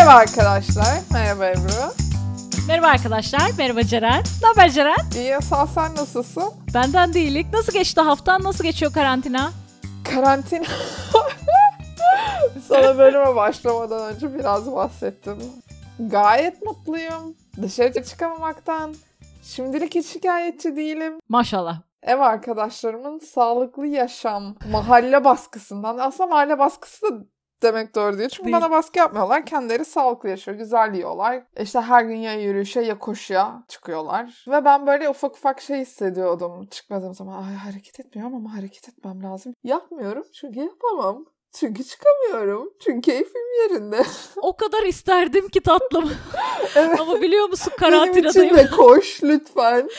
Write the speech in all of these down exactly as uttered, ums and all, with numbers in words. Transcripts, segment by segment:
Merhaba arkadaşlar. Merhaba Ebru. Merhaba arkadaşlar. Merhaba Ceren. Ne haber Ceren? İyi Asal, sen nasılsın? Benden de iyilik. Nasıl geçti haftan? Nasıl geçiyor karantina? Karantina. Sana bölüme başlamadan önce biraz bahsettim. Gayet mutluyum. Dışarı çıkamamaktan. Şimdilik hiç şikayetçi değilim. Maşallah. Ev arkadaşlarımın sağlıklı yaşam, mahalle baskısından. Aslında mahalle baskısı da demek doğru değil. Çünkü değil. Bana baskı yapmıyorlar. Kendileri sağlıklı yaşıyor. Güzel yiyorlar. İşte her gün ya yürüyüşe ya koşuya çıkıyorlar. Ve ben böyle ufak ufak şey hissediyordum. Çıkmadığım zaman ay hareket etmiyorum ama hareket etmem lazım. Yapmıyorum çünkü yapamam. Çünkü çıkamıyorum. Çünkü keyfim yerinde. O kadar isterdim ki tatlım. Evet. Ama biliyor musun karantinadayım. Benim için de koş lütfen.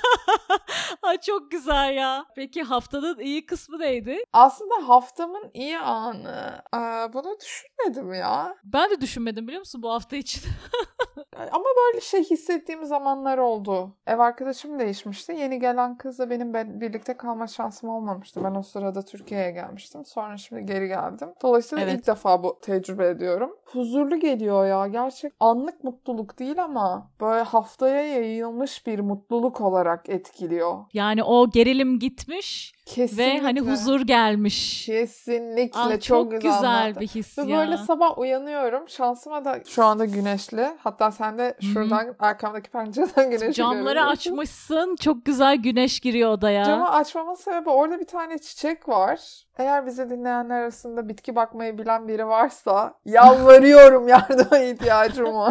Ay çok güzel ya. Peki haftanın iyi kısmı neydi? Aslında haftamın iyi anı. Aa, bunu düşünmedim ya. Ben de düşünmedim biliyor musun bu hafta için. Ama böyle şey hissettiğim zamanlar oldu. Ev arkadaşım değişmişti. Yeni gelen kızla benim birlikte kalma şansım olmamıştı. Ben o sırada Türkiye'ye gelmiştim. Sonra şimdi geri geldim. Dolayısıyla evet. ilk defa bu tecrübe ediyorum. Huzurlu geliyor ya. Gerçek anlık mutluluk değil ama böyle haftaya yayılmış bir mutluluk olarak etkiliyor. Yani o gerilim gitmiş. Kesinlikle. Ve hani huzur gelmiş. Kesinlikle. Aa, çok, çok güzel, güzel bir his Ve ya. böyle sabah uyanıyorum. Şansıma da şu anda güneşli. Hatta sen de şuradan hmm. arkamdaki pencereden güneşi Camları görüyorsun. açmışsın. Çok güzel güneş giriyor odaya. Camı açmamın sebebi orada bir tane çiçek var. Eğer bizi dinleyenler arasında bitki bakmayı bilen biri varsa yalvarıyorum, yardıma ihtiyacım var.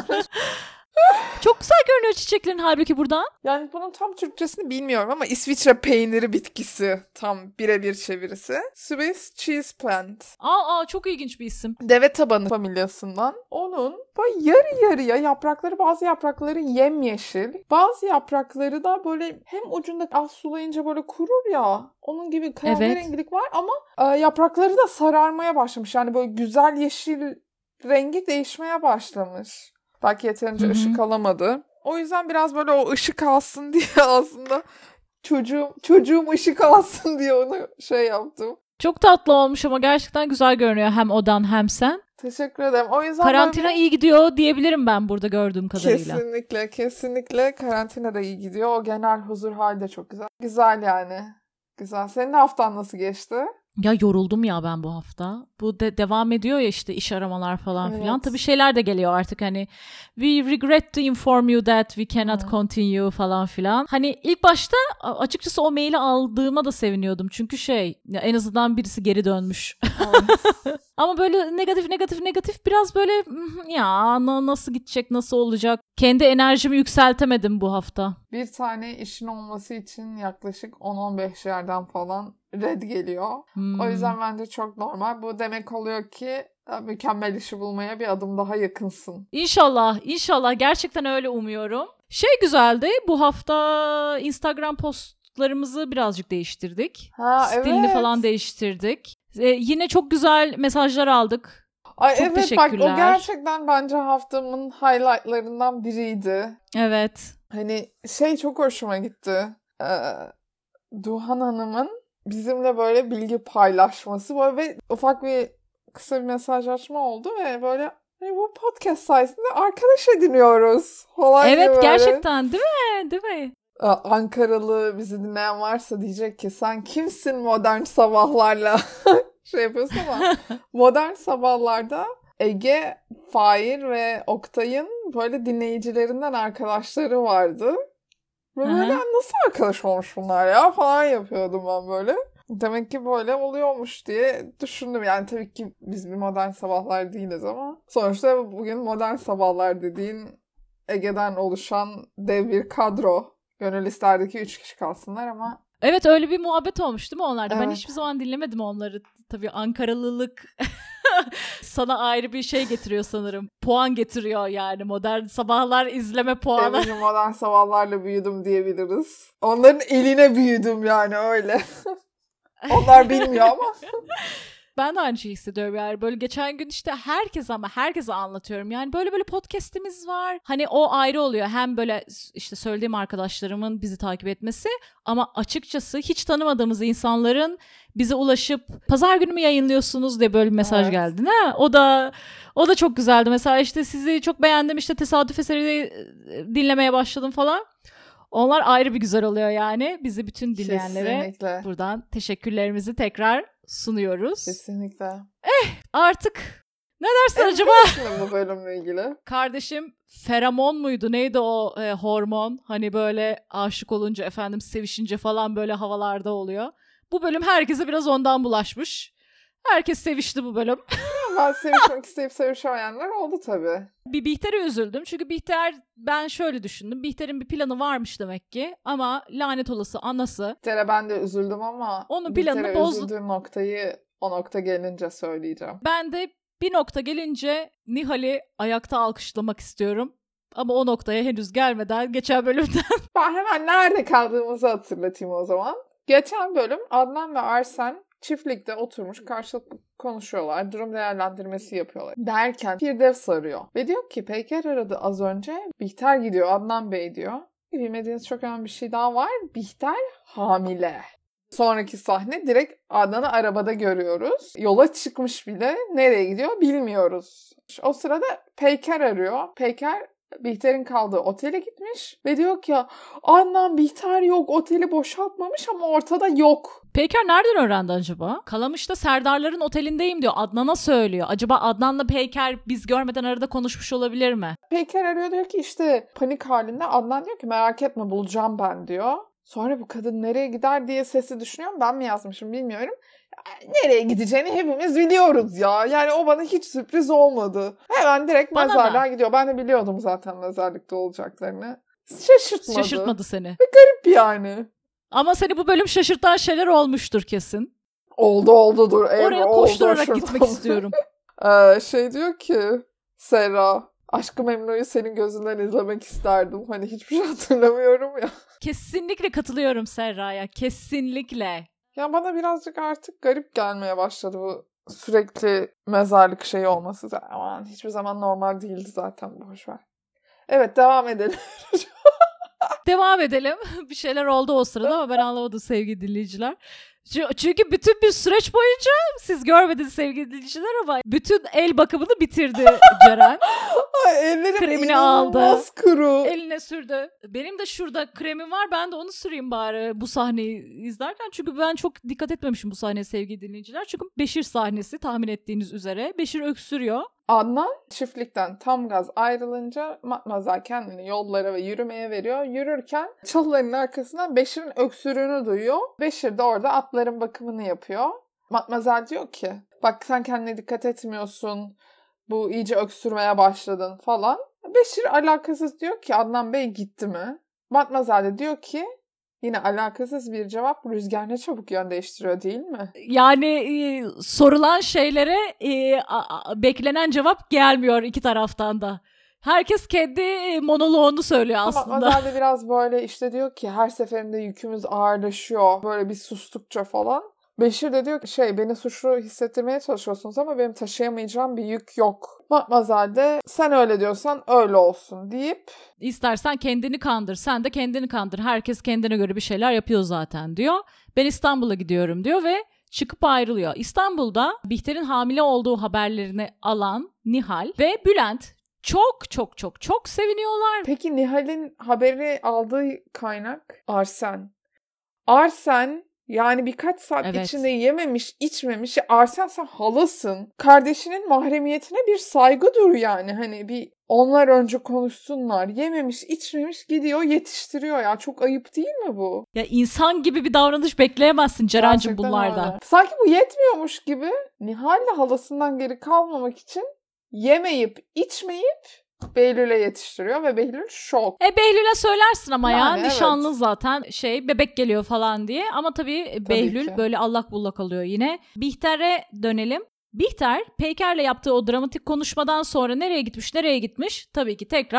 Çok güzel görünüyor çiçeklerin halbuki buradan. Yani bunun tam Türkçesini bilmiyorum ama İsviçre peyniri bitkisi tam birebir çevirisi. Swiss cheese plant. Aa, aa çok ilginç bir isim. Deve tabanı familyasından. Onun böyle yarı yarıya yaprakları, bazı yaprakları yemyeşil. Bazı yaprakları da böyle hem ucunda az sulayınca böyle kurur ya. Onun gibi kahverengilik evet. var ama e, yaprakları da sararmaya başlamış. Yani böyle güzel yeşil rengi değişmeye başlamış. Belki yeterince Hı-hı. ışık alamadı. O yüzden biraz böyle o ışık alsın diye aslında çocuğum çocuğum ışık alsın diye onu şey yaptım. Çok tatlı olmuş ama gerçekten güzel görünüyor hem odan hem sen. Teşekkür ederim. O yüzden karantina böyle... iyi gidiyor diyebilirim ben burada gördüğüm kadarıyla. Kesinlikle, kesinlikle karantina da iyi gidiyor. O genel huzur hali de çok güzel. Güzel yani. Güzel. Senin haftan nasıl geçti? Ya yoruldum ya ben bu hafta. Bu de devam ediyor ya işte iş aramalar falan evet. filan. Tabii şeyler de geliyor artık hani we regret to inform you that we cannot hmm. continue falan filan. Hani ilk başta açıkçası o maili aldığıma da seviniyordum. Çünkü şey ya en azından birisi geri dönmüş. Evet. Ama böyle negatif negatif negatif biraz böyle ya nasıl gidecek nasıl olacak. Kendi enerjimi yükseltemedim bu hafta. Bir tane işin olması için yaklaşık on on beş yerden falan red geliyor. Hmm. O yüzden bence çok normal. Bu demek oluyor ki mükemmel işi bulmaya bir adım daha yakınsın. İnşallah, inşallah. Gerçekten öyle umuyorum. Şey güzeldi, bu hafta Instagram postlarımızı birazcık değiştirdik. Ha, Stilini evet. falan değiştirdik. Ee, yine çok güzel mesajlar aldık. Ay çok evet teşekkürler. Bak o gerçekten bence haftamın highlightlarından biriydi. Evet. Hani şey çok hoşuma gitti. Ee, Duhan Hanım'ın bizimle böyle bilgi paylaşması böyle ve ufak bir kısa bir mesajlaşma oldu ve böyle bu podcast sayesinde arkadaş ediniyoruz falan. Evet gerçekten değil mi? Değil mi? Ankaralı bizi dinleyen varsa diyecek ki sen kimsin modern sabahlarla şey yapıyorsun ama modern sabahlarda Ege, Fahir ve Oktay'ın böyle dinleyicilerinden arkadaşları vardı. Ve böyle nasıl arkadaş olmuş bunlar ya falan yapıyordum ben böyle. Demek ki böyle oluyormuş diye düşündüm. Yani tabii ki biz bir modern sabahlar değiliz ama sonuçta bugün modern sabahlar dediğin Ege'den oluşan dev bir kadro. Gönül isterdi ki üç kişi kalsınlar ama... Evet öyle bir muhabbet olmuş değil mi onlarda? Evet. Ben hiçbir zaman dinlemedim onları. Tabii Ankaralılık sana ayrı bir şey getiriyor sanırım. Puan getiriyor yani modern sabahlar izleme puanı. Eminim modern sabahlarla büyüdüm diyebiliriz. Onların eline büyüdüm yani öyle. Onlar bilmiyor ama. ben de aynı şeyi hissediyorum yani. Böyle geçen gün işte herkese ama herkese anlatıyorum. Yani böyle böyle podcast'imiz var. Hani o ayrı oluyor. Hem böyle işte söylediğim arkadaşlarımın bizi takip etmesi ama açıkçası hiç tanımadığımız insanların bize ulaşıp pazar günü mü yayınlıyorsunuz diye böyle bir mesaj Evet. geldi. Ne? O da o da çok güzeldi. Mesela işte sizi çok beğendim, işte tesadüf eseri dinlemeye başladım falan. Onlar ayrı bir güzel oluyor yani. Bizi bütün dinleyenlere Kesinlikle. buradan teşekkürlerimizi tekrar sunuyoruz. Kesinlikle. Eh artık ne dersin Evet, acaba? bu bölümle ilgili. Kardeşim feromon muydu? Neydi o e, hormon? Hani böyle aşık olunca, efendim sevişince falan böyle havalarda oluyor. Bu bölüm herkese biraz ondan bulaşmış. Herkes sevişti bu bölüm. Ben sevişmek isteyip sevişemeyenler oldu tabii. Bir Bihter'e üzüldüm. Çünkü Bihter, ben şöyle düşündüm. Bihter'in bir planı varmış demek ki. Ama lanet olası anası. Bihter'e ben de üzüldüm ama Onun planını Bihter'e bozdu. üzüldüğüm noktayı o nokta gelince söyleyeceğim. Ben de bir nokta gelince Nihal'i ayakta alkışlamak istiyorum. Ama o noktaya henüz gelmeden geçen bölümden. Ben hemen nerede kaldığımızı hatırlatayım o zaman. Geçen bölüm Adnan ve Arsen çiftlikte oturmuş karşılıklı konuşuyorlar. Durum değerlendirmesi yapıyorlar. Derken Firdevs arıyor. Ve diyor ki Peyker aradı az önce. Bihter gidiyor. Adnan Bey diyor. Bilmediğiniz çok önemli bir şey daha var. Bihter hamile. Sonraki sahne direkt Adnan'ı arabada görüyoruz. Yola çıkmış bile. Nereye gidiyor bilmiyoruz. O sırada Peyker arıyor. Peyker Bihter'in kaldığı otele gitmiş ve diyor ki Adnan Bihter yok, oteli boşaltmamış ama ortada yok. Peyker nereden öğrendi acaba? Kalamış'ta Serdarların otelindeyim diyor. Adnan'a söylüyor. Acaba Adnan'la Peyker biz görmeden arada konuşmuş olabilir mi? Peyker arıyor, diyor ki işte panik halinde. Adnan diyor ki merak etme bulacağım ben diyor. Sonra bu kadın nereye gider diye sesi düşünüyorum. Ben mi yazmışım bilmiyorum. Nereye gideceğini hepimiz biliyoruz ya. Yani o bana hiç sürpriz olmadı. Hemen direkt Bana mezarlığa da. gidiyor. Ben de biliyordum zaten mezarlıkta olacaklarını. Şaşırtmadı. Şaşırtmadı seni. Garip yani. Ama seni bu bölüm şaşırtan şeyler olmuştur kesin. Oldu oldu dur. Evre, Oraya oldu, koşturarak şuradan. gitmek istiyorum. Ee, şey diyor ki Serra, Aşk-ı Memnu'yu senin gözünden izlemek isterdim. Hani hiçbir şey hatırlamıyorum ya. Kesinlikle katılıyorum Serra'ya. Kesinlikle. Ya bana birazcık artık garip gelmeye başladı bu sürekli mezarlık şeyi olması. Aman hiçbir zaman normal değildi zaten, boşver. Evet, devam edelim. Devam edelim. Bir şeyler oldu o sırada ama ben anlamadım sevgili dinleyiciler. Çünkü bütün bir süreç boyunca siz görmediniz sevgili dinleyiciler ama bütün el bakımını bitirdi Ceren. Ay, ellerim Kremini inanılmaz aldı. kuru. Eline sürdü. Benim de şurada kremim var. Ben de onu süreyim bari bu sahneyi izlerken. Çünkü ben çok dikkat etmemişim bu sahneye sevgili dinleyiciler. Çünkü Beşir sahnesi tahmin ettiğiniz üzere. Beşir öksürüyor. Adnan çiftlikten tam gaz ayrılınca Matmazel kendini yollara ve yürümeye veriyor. Yürürken çalıların arkasından Beşir'in öksürüğünü duyuyor. Beşir de orada atların bakımını yapıyor. Matmazel diyor ki bak sen kendine dikkat etmiyorsun. Bu iyice öksürmeye başladın falan. Beşir alakasız diyor ki Adnan Bey gitti mi? Matmazel de diyor ki yine alakasız bir cevap, rüzgar ne çabuk yön değiştiriyor değil mi? Yani e, sorulan şeylere e, a, a, beklenen cevap gelmiyor iki taraftan da. Herkes kendi monoloğunu söylüyor aslında. Matmazel de biraz böyle işte diyor ki her seferinde yükümüz ağırlaşıyor. Böyle bir sustukça falan. Beşir de diyor ki şey beni suçlu hissettirmeye çalışıyorsunuz ama benim taşıyamayacağım bir yük yok. Matmazel de sen öyle diyorsan öyle olsun deyip İstersen kendini kandır, sen de kendini kandır. Herkes kendine göre bir şeyler yapıyor zaten diyor. Ben İstanbul'a gidiyorum diyor ve çıkıp ayrılıyor. İstanbul'da Bihter'in hamile olduğu haberlerini alan Nihal ve Bülent çok çok çok çok seviniyorlar. Peki Nihal'in haberi aldığı kaynak Arsen. Arsen yani birkaç saat Evet. içinde yememiş, içmemiş. Arsen sen halasın. Kardeşinin mahremiyetine bir saygı dur yani. Hani bir onlar önce konuşsunlar. Yememiş, içmemiş gidiyor yetiştiriyor ya. Çok ayıp değil mi bu? Ya insan gibi bir davranış bekleyemezsin Ceren'cim Gerçekten bunlardan. öyle. Sanki bu yetmiyormuş gibi Nihal'le halasından geri kalmamak için yemeyip, içmeyip Behlül'e yetiştiriyor ve Behlül şok. E Behlül'e söylersin ama Yani ya evet. nişanlı zaten şey bebek geliyor falan diye ama tabii, tabii Behlül ki. böyle allak bullak alıyor yine. Bihter'e dönelim. Bihter Peyker'le yaptığı o dramatik konuşmadan sonra nereye gitmiş nereye gitmiş? Tabii ki tekrar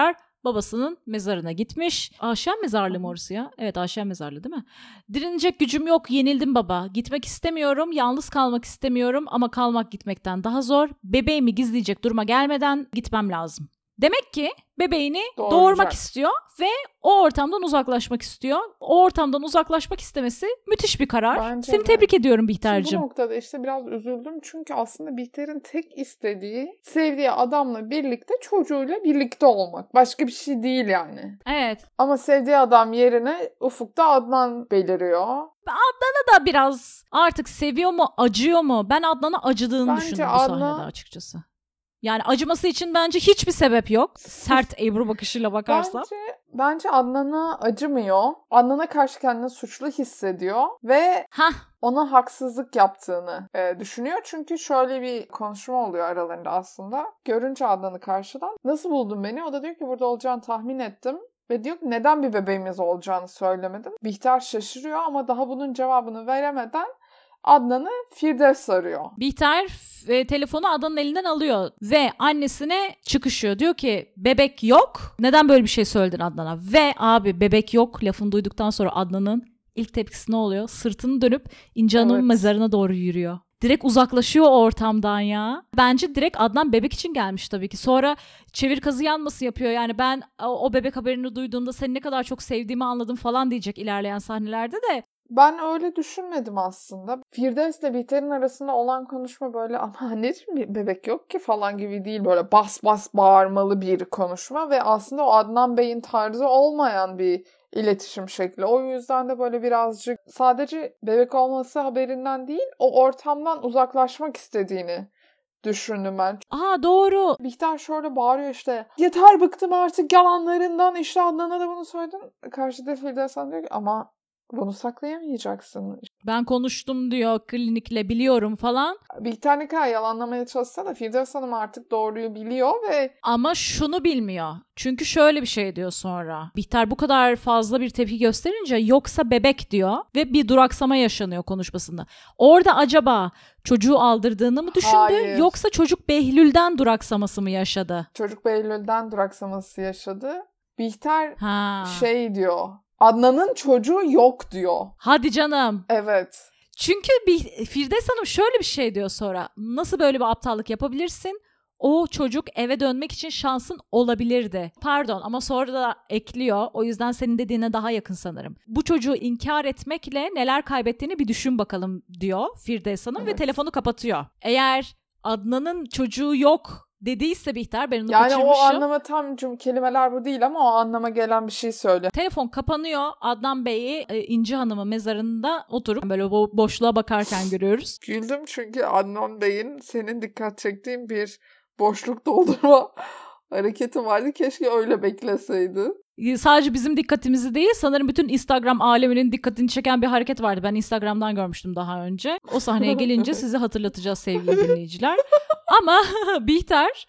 babasının mezarına gitmiş. Aşen mezarlığı mı orası ya? Evet, Aşen mezarlığı değil mi? Direnecek gücüm yok, yenildim baba. Gitmek istemiyorum, yalnız kalmak istemiyorum ama kalmak gitmekten daha zor. Bebeğimi gizleyecek duruma gelmeden gitmem lazım. Demek ki bebeğini Doğuracak. doğurmak istiyor ve o ortamdan uzaklaşmak istiyor. O ortamdan uzaklaşmak istemesi müthiş bir karar. Bence Seni de. tebrik ediyorum Şimdi Bihter'cim. bu noktada işte biraz üzüldüm çünkü aslında Bihter'in tek istediği sevdiği adamla birlikte çocuğuyla birlikte olmak. Başka bir şey değil yani. Evet. Ama sevdiği adam yerine ufukta Adnan beliriyor. Adnan'ı da biraz artık seviyor mu, acıyor mu? Ben Adnan'a acıdığını Bence düşündüm bu Adnan- sahnede açıkçası. Yani acıması için bence hiçbir sebep yok. Sert Ebru bakışıyla bakarsan. Bence, bence Adnan'a acımıyor. Adnan'a karşı kendini suçlu hissediyor ve Hah. ona haksızlık yaptığını e, düşünüyor. Çünkü şöyle bir konuşma oluyor aralarında aslında. Görünce Adnan'ı karşıdan nasıl buldun beni? O da diyor ki burada olacağını tahmin ettim. Ve diyor ki neden bir bebeğimiz olacağını söylemedin? Bihter şaşırıyor ama daha bunun cevabını veremeden Adnan'ı Firdevs arıyor. Bihter e, telefonu Adnan'ın elinden alıyor ve annesine çıkışıyor. Diyor ki bebek yok. Neden böyle bir şey söyledin Adnan'a? Ve abi bebek yok lafını duyduktan sonra Adnan'ın ilk tepkisi ne oluyor? Sırtını dönüp İnci Hanım'ın Evet. mezarına doğru yürüyor. Direkt uzaklaşıyor o ortamdan ya. Bence direkt Adnan bebek için gelmiş tabii ki. Sonra çevir kazı yanması yapıyor. Yani ben o, o bebek haberini duyduğumda seni ne kadar çok sevdiğimi anladım falan diyecek ilerleyen sahnelerde de. Ben öyle düşünmedim aslında. Firdevs ile Bihter'in arasında olan konuşma böyle ama anneciğim bir bebek yok ki falan gibi değil. Böyle bas bas bağırmalı bir konuşma ve aslında o Adnan Bey'in tarzı olmayan bir iletişim şekli. O yüzden de böyle birazcık sadece bebek olması haberinden değil o ortamdan uzaklaşmak istediğini düşündüm ben. Aa doğru. Bihter şöyle bağırıyor işte yeter bıktım artık yalanlarından işte Adnan'a da bunu söyledin. Karşıda Firdevs diyor ki ama bunu saklayamayacaksın. Ben konuştum diyor klinikle biliyorum falan. Bihter ne kadar yalanlamaya çalışsa da Firdevs Hanım artık doğruyu biliyor ve Ama şunu bilmiyor. Çünkü şöyle bir şey diyor sonra. Bihter bu kadar fazla bir tepki gösterince yoksa bebek diyor ve bir duraksama yaşanıyor konuşmasında. Orada acaba çocuğu aldırdığını mı düşündü Hayır. yoksa çocuk Behlül'den duraksaması mı yaşadı? çocuk Behlül'den duraksaması yaşadı. Bihter Ha. şey diyor. Adnan'ın çocuğu yok diyor. Hadi canım. Evet. Çünkü bir Firdevs Hanım şöyle bir şey diyor sonra. Nasıl böyle bir aptallık yapabilirsin? O çocuk eve dönmek için şansın olabilirdi. Pardon ama sonra da ekliyor. O yüzden senin dediğine daha yakın sanırım. Bu çocuğu inkar etmekle neler kaybettiğini bir düşün bakalım diyor Firdevs Hanım Evet. ve telefonu kapatıyor. Eğer Adnan'ın çocuğu yok dediyse Bihter ben onu Yani kaçırmışım. o anlama tam cüm kelimeler bu değil ama o anlama gelen bir şey söyle. Telefon kapanıyor. Adnan Bey'i e, İnci Hanım'ın mezarında oturup böyle bo- boşluğa bakarken görüyoruz. Güldüm çünkü Adnan Bey'in senin dikkat çektiğin bir boşluk doldurma hareketi vardı. Keşke öyle bekleseydi. Sadece bizim dikkatimizi değil sanırım bütün Instagram aleminin dikkatini çeken bir hareket vardı. Ben Instagram'dan görmüştüm daha önce. O sahneye gelince sizi hatırlatacağız sevgili dinleyiciler. Ama Bihter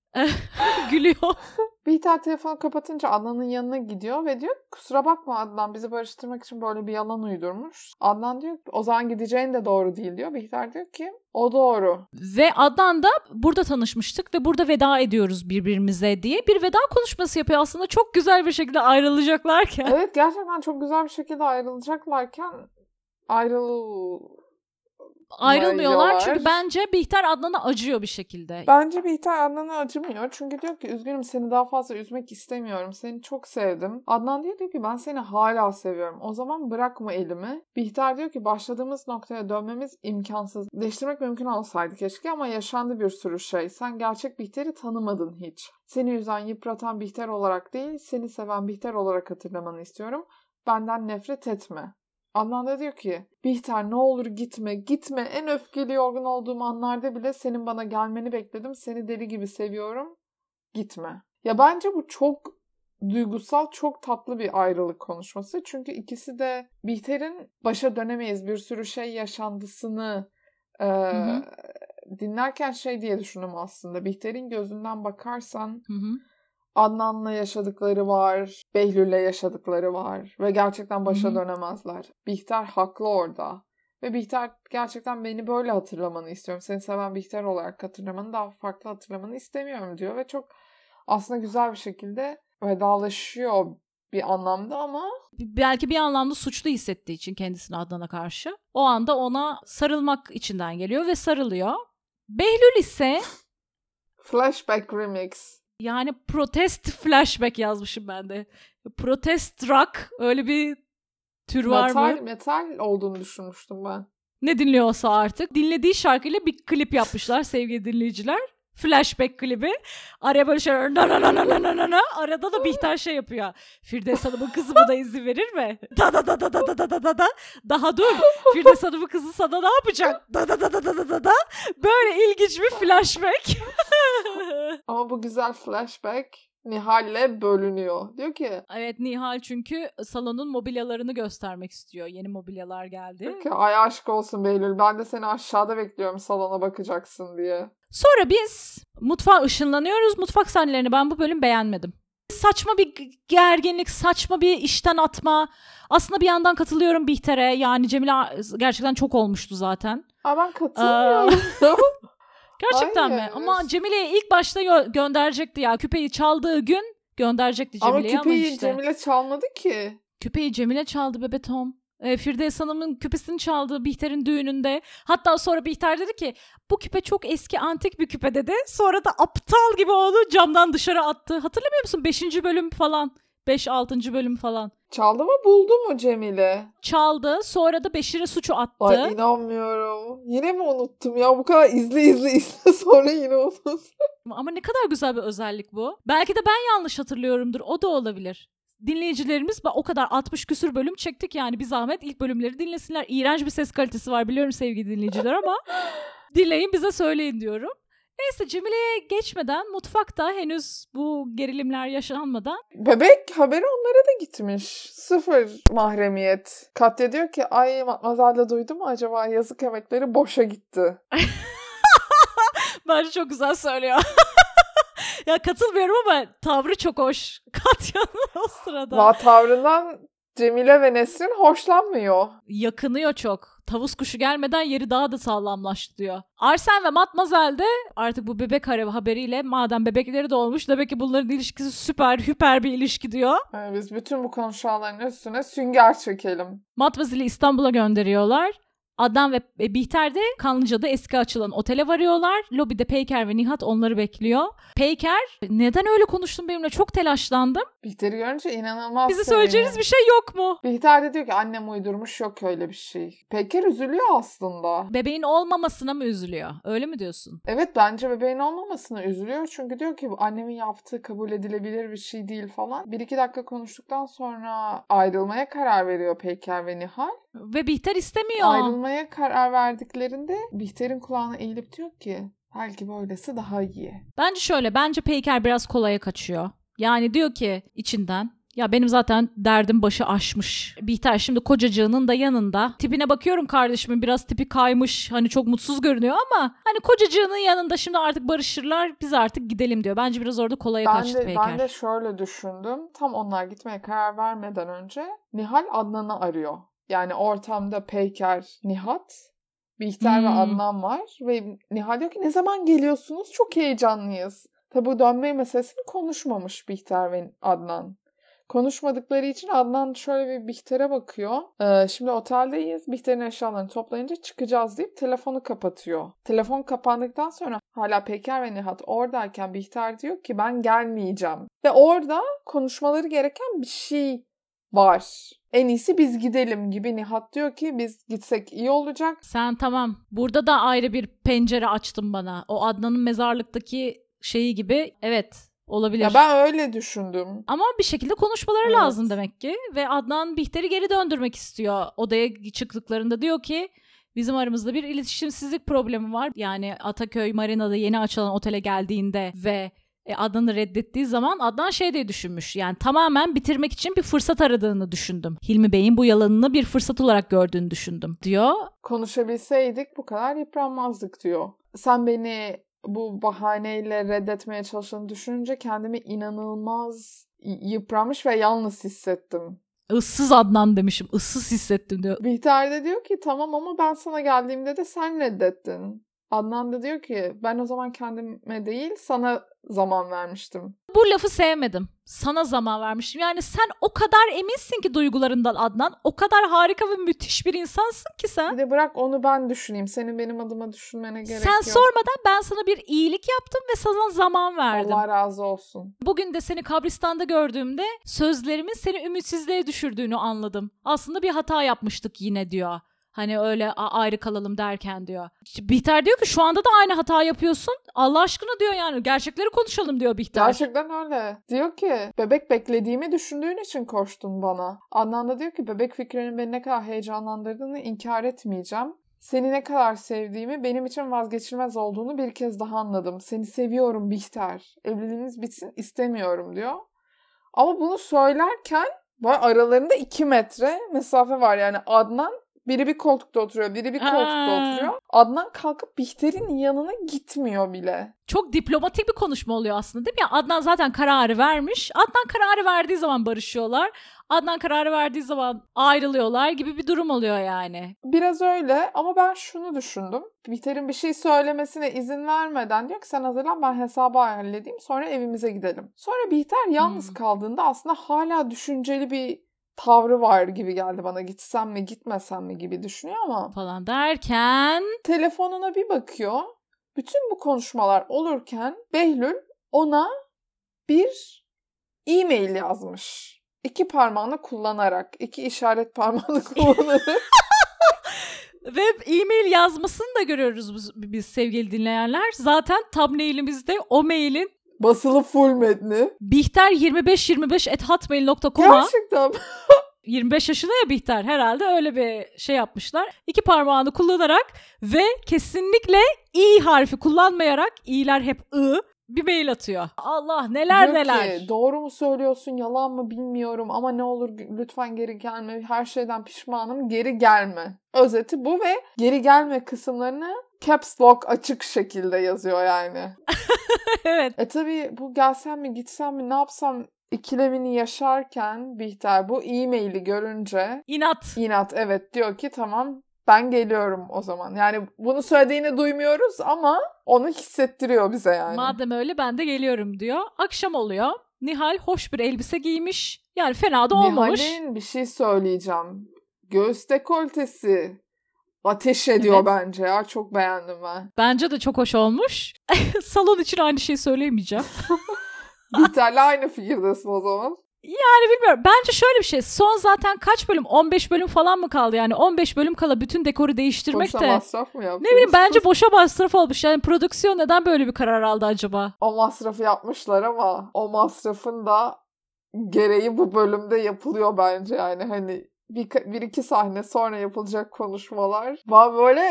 gülüyor. Bihter telefonu kapatınca Adnan'ın yanına gidiyor ve diyor kusura bakma Adnan bizi barıştırmak için böyle bir yalan uydurmuş. Adnan diyor ki o zaman gideceğin de doğru değil diyor. Bihter diyor ki o doğru. Ve Adnan da burada tanışmıştık ve burada veda ediyoruz birbirimize diye bir veda konuşması yapıyor. Aslında çok güzel bir şekilde ayrılacaklarken. Evet gerçekten çok güzel bir şekilde ayrılacaklarken ayrıl... Ayrılmıyorlar çünkü bence Bihter Adnan'a acıyor bir şekilde. Bence Bihter Adnan'a acımıyor. Çünkü diyor ki üzgünüm seni daha fazla üzmek istemiyorum. Seni çok sevdim. Adnan diyor, diyor ki ben seni hala seviyorum. O zaman bırakma elimi. Bihter diyor ki başladığımız noktaya dönmemiz imkansız. Değiştirmek mümkün olsaydı keşke ama yaşandı bir sürü şey. Sen gerçek Bihter'i tanımadın hiç. Seni üzen, yıpratan Bihter olarak değil, seni seven Bihter olarak hatırlamanı istiyorum. Benden nefret etme. Adnan da diyor ki Bihter ne olur gitme gitme en öfkeli yorgun olduğum anlarda bile senin bana gelmeni bekledim. Seni deli gibi seviyorum. Gitme. Ya bence bu çok duygusal çok tatlı bir ayrılık konuşması. Çünkü ikisi de Bihter'in başa dönemeyiz bir sürü şey yaşandısını e, hı hı. dinlerken şey diye düşündüm aslında. Bihter'in gözünden bakarsan hı hı. Adnan'la yaşadıkları var, Behlül'le yaşadıkları var ve gerçekten başa Hı-hı. dönemezler. Bihter haklı orada. Ve Bihter gerçekten beni böyle hatırlamanı istiyorum. Seni seven Bihter olarak hatırlamanı, daha farklı hatırlamanı istemiyorum diyor. Ve çok aslında güzel bir şekilde vedalaşıyor bir anlamda ama belki bir anlamda suçlu hissettiği için kendisini Adnan'a karşı o anda ona sarılmak içinden geliyor ve sarılıyor. Behlül ise flashback remix. Yani protest flashback yazmışım ben de. Protest rock öyle bir tür var metal, mı? Metal olduğunu düşünmüştüm ben. Ne dinliyorsa artık. Dinlediği şarkıyla bir klip yapmışlar sevgili dinleyiciler. Flashback klibi. Araya böyle şeyler na na na na na na na. Arada da Bihter şey yapıyor. Firdevs Hanım'ın kızı buna izin verir mi? Da da da da da da da da da da. Daha dur. Firdevs Hanım'ın kızı sana ne yapacak? Da da da da da da da. Böyle ilginç bir flashback. Ama bu güzel flashback Nihal'le bölünüyor. Diyor ki. Evet, Nihal çünkü salonun mobilyalarını göstermek istiyor. Yeni mobilyalar geldi. Diyor ki ay aşk olsun Behlül, ben de seni aşağıda bekliyorum salona bakacaksın diye. Sonra biz mutfağa ışınlanıyoruz. Mutfak sahnelerini ben bu bölüm beğenmedim. Saçma bir gerginlik, saçma bir işten atma. Aslında bir yandan katılıyorum Bihter'e. Yani Cemile gerçekten çok olmuştu zaten. Aa, ben katılmıyorum. Gerçekten Hayır. mi? Ama Cemile'ye ilk başta gö- gönderecekti ya. Küpeyi çaldığı gün gönderecekti Cemile'ye ama, ama küpeyi ama işte. Cemile çalmadı ki. Küpeyi Cemile çaldı bebe Tom. E, Firdevs Hanım'ın küpesini çaldı Bihter'in düğününde. Hatta sonra Bihter dedi ki bu küpe çok eski antik bir küpe dedi. Sonra da aptal gibi onu camdan dışarı attı. Hatırlamıyor musun? Beşinci bölüm falan. Beş, altıncı bölüm falan. Çaldı mı, buldu mu Cemile? Çaldı. Sonra da Beşir'e suçu attı. Ay inanmıyorum. Yine mi unuttum ya? Bu kadar izle izle izle sonra yine unuttum. Ama ne kadar güzel bir özellik bu. Belki de ben yanlış hatırlıyorumdur. O da olabilir. Dinleyicilerimiz o kadar altmış küsür bölüm çektik yani bir zahmet ilk bölümleri dinlesinler. İğrenç bir ses kalitesi var biliyorum sevgili dinleyiciler ama dinleyin bize söyleyin diyorum. Neyse Cemile'ye geçmeden mutfakta henüz bu gerilimler yaşanmadan. Bebek haberi onlara da gitmiş. Sıfır mahremiyet. Katya diyor ki ay Matmazel'de duydu mu acaba yazık emekleri boşa gitti. Bence çok güzel söylüyor. Ya katılmıyorum ama tavrı çok hoş. Katya'nın o sırada. Va tavrından Cemile ve Nesrin hoşlanmıyor. Yakınıyor çok. Tavus kuşu gelmeden yeri daha da sağlamlaştı diyor. Arsen ve Matmazel de artık bu bebek haberiyle madem bebekleri de olmuş demek ki bunların ilişkisi süper hüper bir ilişki diyor. Yani biz bütün bu konuşanların üstüne sünger çekelim. Matmazel'i İstanbul'a gönderiyorlar. Adnan ve Bihter de Kanlıca'da eski açılan otele varıyorlar. Lobide Peyker ve Nihat onları bekliyor. Peyker, neden öyle konuştun benimle? Çok telaşlandım. Bihter'i görünce inanılmaz. Bize söyleyeceğiniz bir şey yok mu? Bihter de diyor ki annem uydurmuş, yok öyle bir şey. Peyker üzülüyor aslında. Bebeğin olmamasına mı üzülüyor? Öyle mi diyorsun? Evet, bence bebeğin olmamasına üzülüyor. Çünkü diyor ki bu annemin yaptığı kabul edilebilir bir şey değil falan. Bir iki dakika konuştuktan sonra ayrılmaya karar veriyor Peyker ve Nihal. Ve Bihter istemiyor. Ayrılmaya karar verdiklerinde Bihter'in kulağına eğilip diyor ki belki böylesi daha iyi. Bence şöyle, bence Peyker biraz kolaya kaçıyor. Yani diyor ki içinden ya benim zaten derdim başı aşmış. Bihter şimdi kocacığının da yanında. Tipine bakıyorum kardeşimin biraz tipi kaymış. Hani çok mutsuz görünüyor ama hani kocacığının yanında şimdi artık barışırlar. Biz artık gidelim diyor. Bence biraz orada kolaya ben kaçtı de, Peyker. Ben de şöyle düşündüm. Tam onlar gitmeye karar vermeden önce Nihal Adnan'ı arıyor. Yani ortamda Peyker, Nihat, Bihter hmm. ve Adnan var. Ve Nihal diyor ki ne zaman geliyorsunuz? Çok heyecanlıyız. Tabi bu dönme meselesini konuşmamış Bihter ve Adnan. Konuşmadıkları için Adnan şöyle bir Bihter'e bakıyor. Ee, şimdi oteldeyiz. Bihter'in eşyalarını toplayınca çıkacağız deyip telefonu kapatıyor. Telefon kapandıktan sonra hala Peyker ve Nihat oradayken Bihter diyor ki ben gelmeyeceğim. Ve orada konuşmaları gereken bir şey var. En iyisi biz gidelim gibi. Nihat diyor ki biz gitsek iyi olacak. Sen tamam. Burada da ayrı bir pencere açtın bana. O Adnan'ın mezarlıktaki şeyi gibi. Evet. Olabilir. Ya ben öyle düşündüm. Ama bir şekilde konuşmaları evet. lazım demek ki. Ve Adnan Bihter'i geri döndürmek istiyor. Odaya çıktıklarında diyor ki bizim aramızda bir iletişimsizlik problemi var. Yani Ataköy Marina'da yeni açılan otele geldiğinde ve Adnan'ı reddettiği zaman Adnan şey diye düşünmüş. Yani tamamen bitirmek için bir fırsat aradığını düşündüm. Hilmi Bey'in bu yalanını bir fırsat olarak gördüğünü düşündüm diyor. Konuşabilseydik bu kadar yıpranmazdık diyor. Sen beni bu bahaneyle reddetmeye çalıştığını düşününce kendimi inanılmaz yıpranmış ve yalnız hissettim. Issız Adnan demişim. Issız hissettim diyor. Bihter de diyor ki tamam ama ben sana geldiğimde de sen reddettin. Adnan da diyor ki ben o zaman kendime değil sana zaman vermiştim. Bu lafı sevmedim. Sana zaman vermiştim. Yani sen o kadar eminsin ki duygularından Adnan. O kadar harika ve müthiş bir insansın ki sen. Bir de bırak onu ben düşüneyim. Senin benim adıma düşünmene gerek sen yok. Sen sormadan ben sana bir iyilik yaptım ve sana zaman verdim. Allah razı olsun. Bugün de seni kabristanda gördüğümde sözlerimin seni ümitsizliğe düşürdüğünü anladım. Aslında bir hata yapmıştık yine diyor. Hani öyle ayrı kalalım derken diyor. Bihter diyor ki şu anda da aynı hata yapıyorsun. Allah aşkına diyor yani gerçekleri konuşalım diyor Bihter. Gerçekten öyle. Diyor ki bebek beklediğimi düşündüğün için koştun bana. Adnan da diyor ki bebek fikrinin beni ne kadar heyecanlandırdığını inkar etmeyeceğim. Seni ne kadar sevdiğimi, benim için vazgeçilmez olduğunu bir kez daha anladım. Seni seviyorum Bihter. Evliliğiniz bitsin istemiyorum diyor. Ama bunu söylerken böyle aralarında iki metre mesafe var. Yani Adnan biri bir koltukta oturuyor, biri bir koltukta Aa. oturuyor. Adnan kalkıp Bihter'in yanına gitmiyor bile. Çok diplomatik bir konuşma oluyor aslında değil mi? Ya Adnan zaten kararı vermiş. Adnan kararı verdiği zaman barışıyorlar. Adnan kararı verdiği zaman ayrılıyorlar gibi bir durum oluyor yani. Biraz öyle ama ben şunu düşündüm. Bihter'in bir şey söylemesine izin vermeden diyor ki sen hazırlan ben hesabı halledeyim sonra evimize gidelim. Sonra Bihter yalnız hmm. kaldığında aslında hala düşünceli bir tavrı var gibi geldi bana. Gitsem mi gitmesem mi gibi düşünüyor ama. Falan derken. Telefonuna bir bakıyor. Bütün bu konuşmalar olurken Behlül ona bir e-mail yazmış. İki parmağını kullanarak. iki işaret parmağını kullanarak. Ve e-mail yazmasını da görüyoruz biz, biz sevgili dinleyenler. Zaten thumbnail'imizde o mailin basılı full metni. Bihter yirmi beş yirmi beş at hotmail nokta com'a Gerçekten. yirmi beş yaşında ya Bihter. Herhalde öyle bir şey yapmışlar. İki parmağını kullanarak ve kesinlikle i harfi kullanmayarak, i'ler hep ı, bir mail atıyor. Allah neler diyor neler. Ki, doğru mu söylüyorsun, yalan mı bilmiyorum ama ne olur lütfen geri gelme. Her şeyden pişmanım, geri gelme. Özeti bu ve geri gelme kısımlarını caps lock açık şekilde yazıyor yani. Evet. E tabii bu gelsem mi gitsem mi ne yapsam ikilemini yaşarken Bihter bu e-maili görünce İnat. İnat evet diyor ki tamam ben geliyorum o zaman. Yani bunu söylediğini duymuyoruz ama onu hissettiriyor bize yani. Madem öyle ben de geliyorum diyor. Akşam oluyor. Nihal hoş bir elbise giymiş. Yani fena da olmamış. Nihal'in bir şey söyleyeceğim. Göğüs dekoltesi ateş ediyor evet. Bence ya. Çok beğendim ben. Bence de çok hoş olmuş. Salon için aynı şeyi söyleyemeyeceğim. Bihter'le aynı fikirdesin o zaman. Yani bilmiyorum. Bence şöyle bir şey. Son zaten kaç bölüm? on beş bölüm falan mı kaldı? Yani on beş bölüm kala bütün dekoru değiştirmek boşa de. Boşa masraf mı yaptınız? Ne bileyim bence boşa masraf olmuş. Yani prodüksiyon neden böyle bir karar aldı acaba? O masrafı yapmışlar ama o masrafın da gereği bu bölümde yapılıyor bence. Yani hani bir, bir iki sahne sonra yapılacak konuşmalar. Ben böyle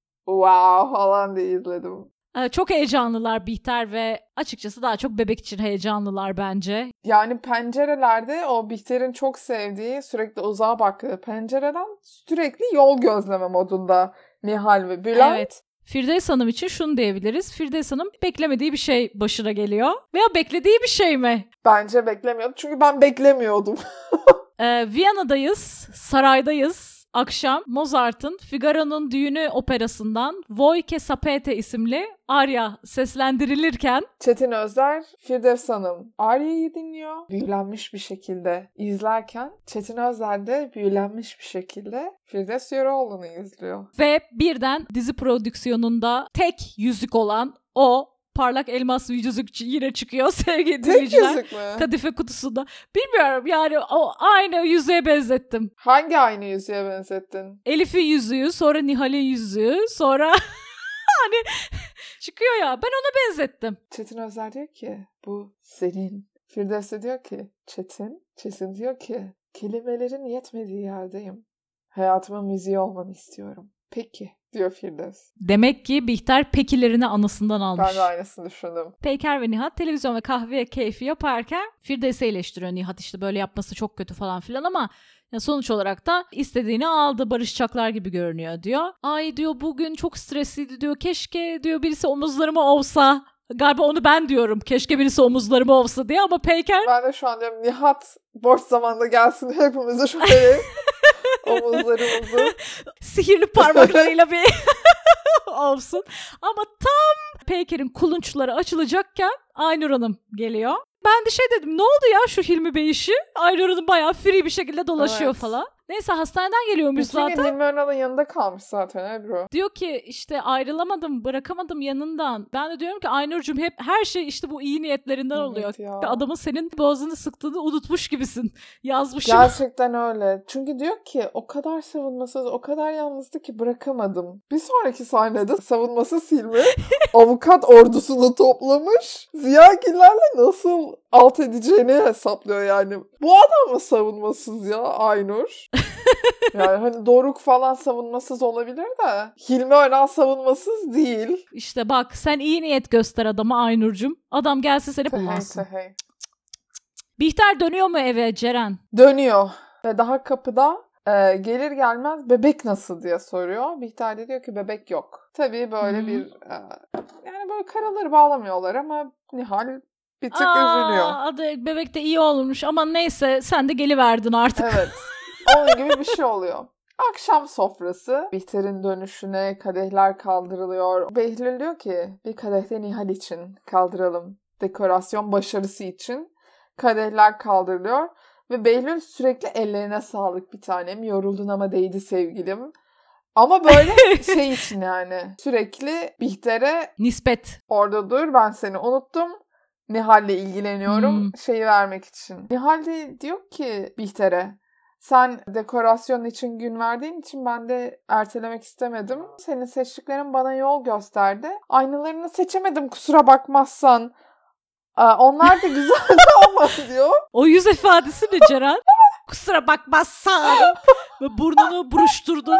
wow falan diye izledim. Çok heyecanlılar Bihter ve açıkçası daha çok bebek için heyecanlılar bence. Yani pencerelerde o Bihter'in çok sevdiği sürekli uzağa baktığı pencereden sürekli yol gözleme modunda Nihal ve Bülent. Evet. Firdevs Hanım için şunu diyebiliriz. Firdevs Hanım beklemediği bir şey başına geliyor. Veya beklediği bir şey mi? Bence beklemiyordu. Çünkü ben beklemiyordum. ee, Viyana'dayız, saraydayız. Akşam Mozart'ın Figaro'nun Düğünü operasından Voi che sapete isimli arya seslendirilirken Çetin Özler, Firdevs Hanım Arya'yı dinliyor. Büyülenmiş bir şekilde izlerken Çetin Özler de büyülenmiş bir şekilde Firdevs Yöreoğlu'nu izliyor. Ve birden dizi prodüksiyonunda tek yüzük olan o parlak elmas yüzük yine çıkıyor sevgili dinleyiciler. Tek yüzük mü? Kadife kutusunda. Bilmiyorum yani o aynı yüzüğe benzettim. Hangi aynı yüzüğe benzettin? Elif'in yüzüğü, sonra Nihal'in yüzüğü, sonra hani çıkıyor ya ben ona benzettim. Çetin Özler diyor ki bu senin. Firdevs de diyor ki Çetin. Çetin diyor ki kelimelerin yetmediği yerdeyim. Hayatımın müziği olmanı istiyorum. Peki diyor Firdevs. Demek ki Bihter pekilerini anasından almış. Ben de aynısını düşündüm. Peyker ve Nihat televizyon ve kahve keyfi yaparken Firdevs'i eleştiriyor Nihat işte böyle yapması çok kötü falan filan ama ya sonuç olarak da istediğini aldı, barışacaklar gibi görünüyor diyor. Ay diyor bugün çok stresliydi diyor. Keşke diyor birisi omuzlarımı ovsa. Galiba onu ben diyorum. Keşke birisi omuzlarımı ovsa diye ama Peyker... Ben de şu an diyorum Nihat boş zamanda gelsin hepimizi şöyle omuzlarımızı... Sihirli parmaklarıyla bir Olsun. Ama tam Peyker'in kulunçları açılacakken Aynur Hanım geliyor. Ben de şey dedim, ne oldu ya şu Hilmi Bey işi? Aynur Hanım bayağı free bir şekilde dolaşıyor evet. falan. Neyse hastaneden geliyormuş bütün zaten. Hilmi Önal'ın yanında kalmış zaten Ebru. Diyor ki işte ayrılamadım, bırakamadım yanından. Ben de diyorum ki Aynur'cum hep her şey işte bu iyi niyetlerinden evet oluyor. Ya. Adamın senin boğazını sıktığını unutmuş gibisin. Yazmışım. Gerçekten öyle. Çünkü diyor ki o kadar savunmasız, o kadar yalnızdı ki bırakamadım. Bir sonraki sahnede savunmasız Hilmi avukat ordusunu toplamış. Ziyagillerle nasıl alt edeceğini hesaplıyor yani. Bu adam mı savunmasız ya Aynur? Yani hani Doruk falan savunmasız olabilir de Hilmi Önal savunmasız değil. İşte bak sen iyi niyet göster adama Aynur'cum. Adam gelsin seni kullansın. Bihter dönüyor mu eve Ceren? Dönüyor. Ve daha kapıda e, gelir gelmez bebek nasıl diye soruyor. Bihter de diyor ki bebek yok. Tabii böyle Hı-hı. bir e, yani böyle karaları bağlamıyorlar ama Nihal bir tık Aa, üzülüyor. Adı bebek de iyi olmuş ama neyse sen de geliverdin artık. Evet. Onun gibi bir şey oluyor. Akşam sofrası. Bihter'in dönüşüne kadehler kaldırılıyor. Behlül diyor ki bir kadeh de Nihal için kaldıralım. Dekorasyon başarısı için kadehler kaldırılıyor. Ve Behlül sürekli ellerine sağlık bir tanem. Yoruldun ama değdi sevgilim. Ama böyle şey için yani. Sürekli Bihter'e nispet. Orada dur ben seni unuttum. Nihal'le ilgileniyorum. Hmm. Şeyi vermek için. Nihal de diyor ki Bihter'e sen dekorasyon için gün verdiğin için ben de ertelemek istemedim. Senin seçtiklerin bana yol gösterdi. Aynalarını seçemedim kusura bakmazsan. Onlar da güzeldi ama diyor. O yüz ifadesi ne Ceren? Kusura bakmazsan. Burnunu buruşturdun.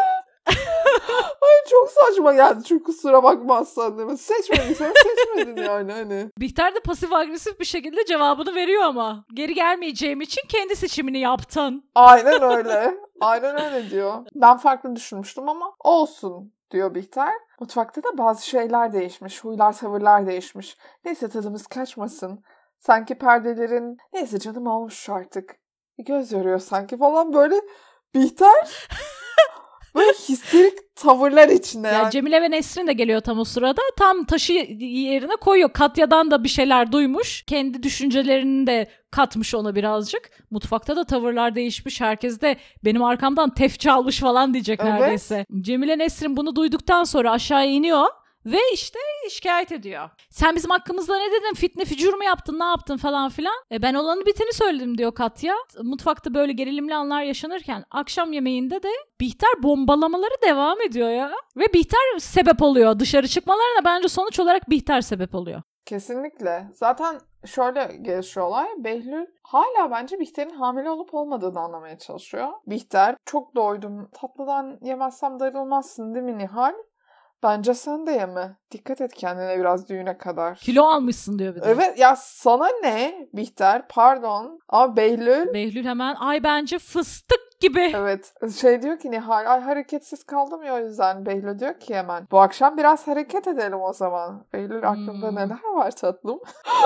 Ay çok saçma geldi çünkü kusura bakmazsan değil mi? Seçmediysen seçmedin yani hani. Bihter de pasif agresif bir şekilde cevabını veriyor ama. Geri gelmeyeceğim için kendi seçimini yaptın. Aynen öyle. Aynen öyle diyor. Ben farklı düşünmüştüm ama olsun diyor Bihter. Mutfakta da bazı şeyler değişmiş. Huylar tavırlar değişmiş. Neyse tadımız kaçmasın. Sanki perdelerin neyse canım olmuş artık. Göz yoruyor sanki falan böyle Bihter... Böyle histerik tavırlar içinde. Yani. Ya Cemile ve Nesrin de geliyor tam o sırada. Tam taşı yerine koyuyor. Katya'dan da bir şeyler duymuş. Kendi düşüncelerini de katmış ona birazcık. Mutfakta da tavırlar değişmiş. Herkes de benim arkamdan tef çalmış falan diyecek evet. neredeyse. Cemile Nesrin bunu duyduktan sonra aşağıya iniyor. Ve işte şikayet ediyor. Sen bizim hakkımızda ne dedin? Fitne fücur mu yaptın? Ne yaptın falan filan? E ben olanı biteni söyledim diyor Katya. Mutfakta böyle gerilimli anlar yaşanırken akşam yemeğinde de Bihter bombalamaları devam ediyor ya. Ve Bihter sebep oluyor. Dışarı çıkmalarına bence sonuç olarak Bihter sebep oluyor. Kesinlikle. Zaten şöyle gelişiyor olay. Behlül hala bence Bihter'in hamile olup olmadığını anlamaya çalışıyor. Bihter çok doydum. Tatlıdan yemezsem darılmazsın değil mi Nihal? Bence sen de yeme. Dikkat et kendine biraz düğüne kadar. Kilo almışsın diyor bir de. Evet ya sana ne Bihter pardon ama Behlül. Behlül hemen ay bence fıstık gibi. Evet şey diyor ki Nihal ay hareketsiz kaldım ya o yüzden. Behlül diyor ki hemen bu akşam biraz hareket edelim o zaman. Behlül aklımda hmm. neler var tatlım.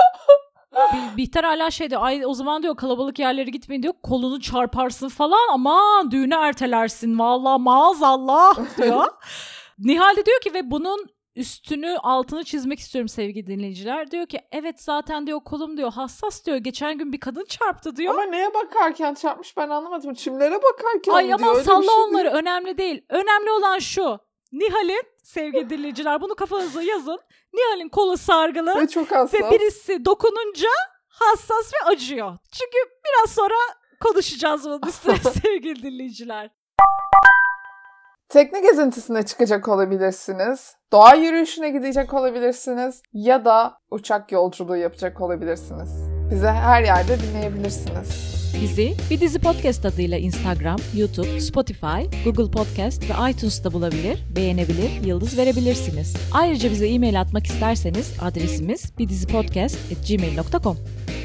Bihter hala şey diyor ay o zaman diyor kalabalık yerlere gitmeyin diyor kolunu çarparsın falan aman düğünü ertelersin valla maazallah diyor. Nihal de diyor ki ve bunun üstünü altını çizmek istiyorum sevgili dinleyiciler. Diyor ki evet zaten diyor kolum diyor hassas diyor. Geçen gün bir kadın çarptı diyor. Ama neye bakarken çarpmış ben anlamadım. Çimlere bakarken Ay diyor. Ay aman salla şey onları değil. Önemli değil. Önemli olan şu. Nihal'in sevgili dinleyiciler bunu kafanıza yazın. Nihal'in kolu sargılı. Ve çok hassas. Ve birisi dokununca hassas ve acıyor. Çünkü biraz sonra konuşacağız bunun üstüne sevgili dinleyiciler. Tekne gezintisine çıkacak olabilirsiniz. Doğa yürüyüşüne gidecek olabilirsiniz. Ya da uçak yolculuğu yapacak olabilirsiniz. Bizi her yerde dinleyebilirsiniz. Bizi Bir Dizi Podcast adıyla Instagram, YouTube, Spotify, Google Podcast ve iTunes'ta bulabilir, beğenebilir, yıldız verebilirsiniz. Ayrıca bize e-mail atmak isterseniz adresimiz bidizipodcast at gmail dot com.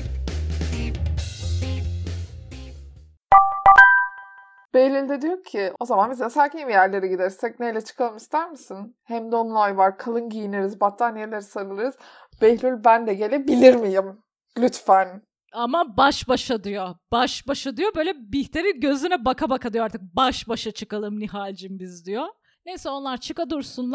Behlül de diyor ki o zaman biz de sakin bir yerlere gideriz. Tekneyle çıkalım ister misin? Hem dolunay var, kalın giyiniriz, battaniyeleri sarılırız. Behlül ben de gelebilir miyim? Lütfen. Ama baş başa diyor. Baş başa diyor. Böyle Bihter'in gözüne baka baka diyor artık. Baş başa çıkalım Nihal'cim biz diyor. Neyse onlar çıka dursunlar.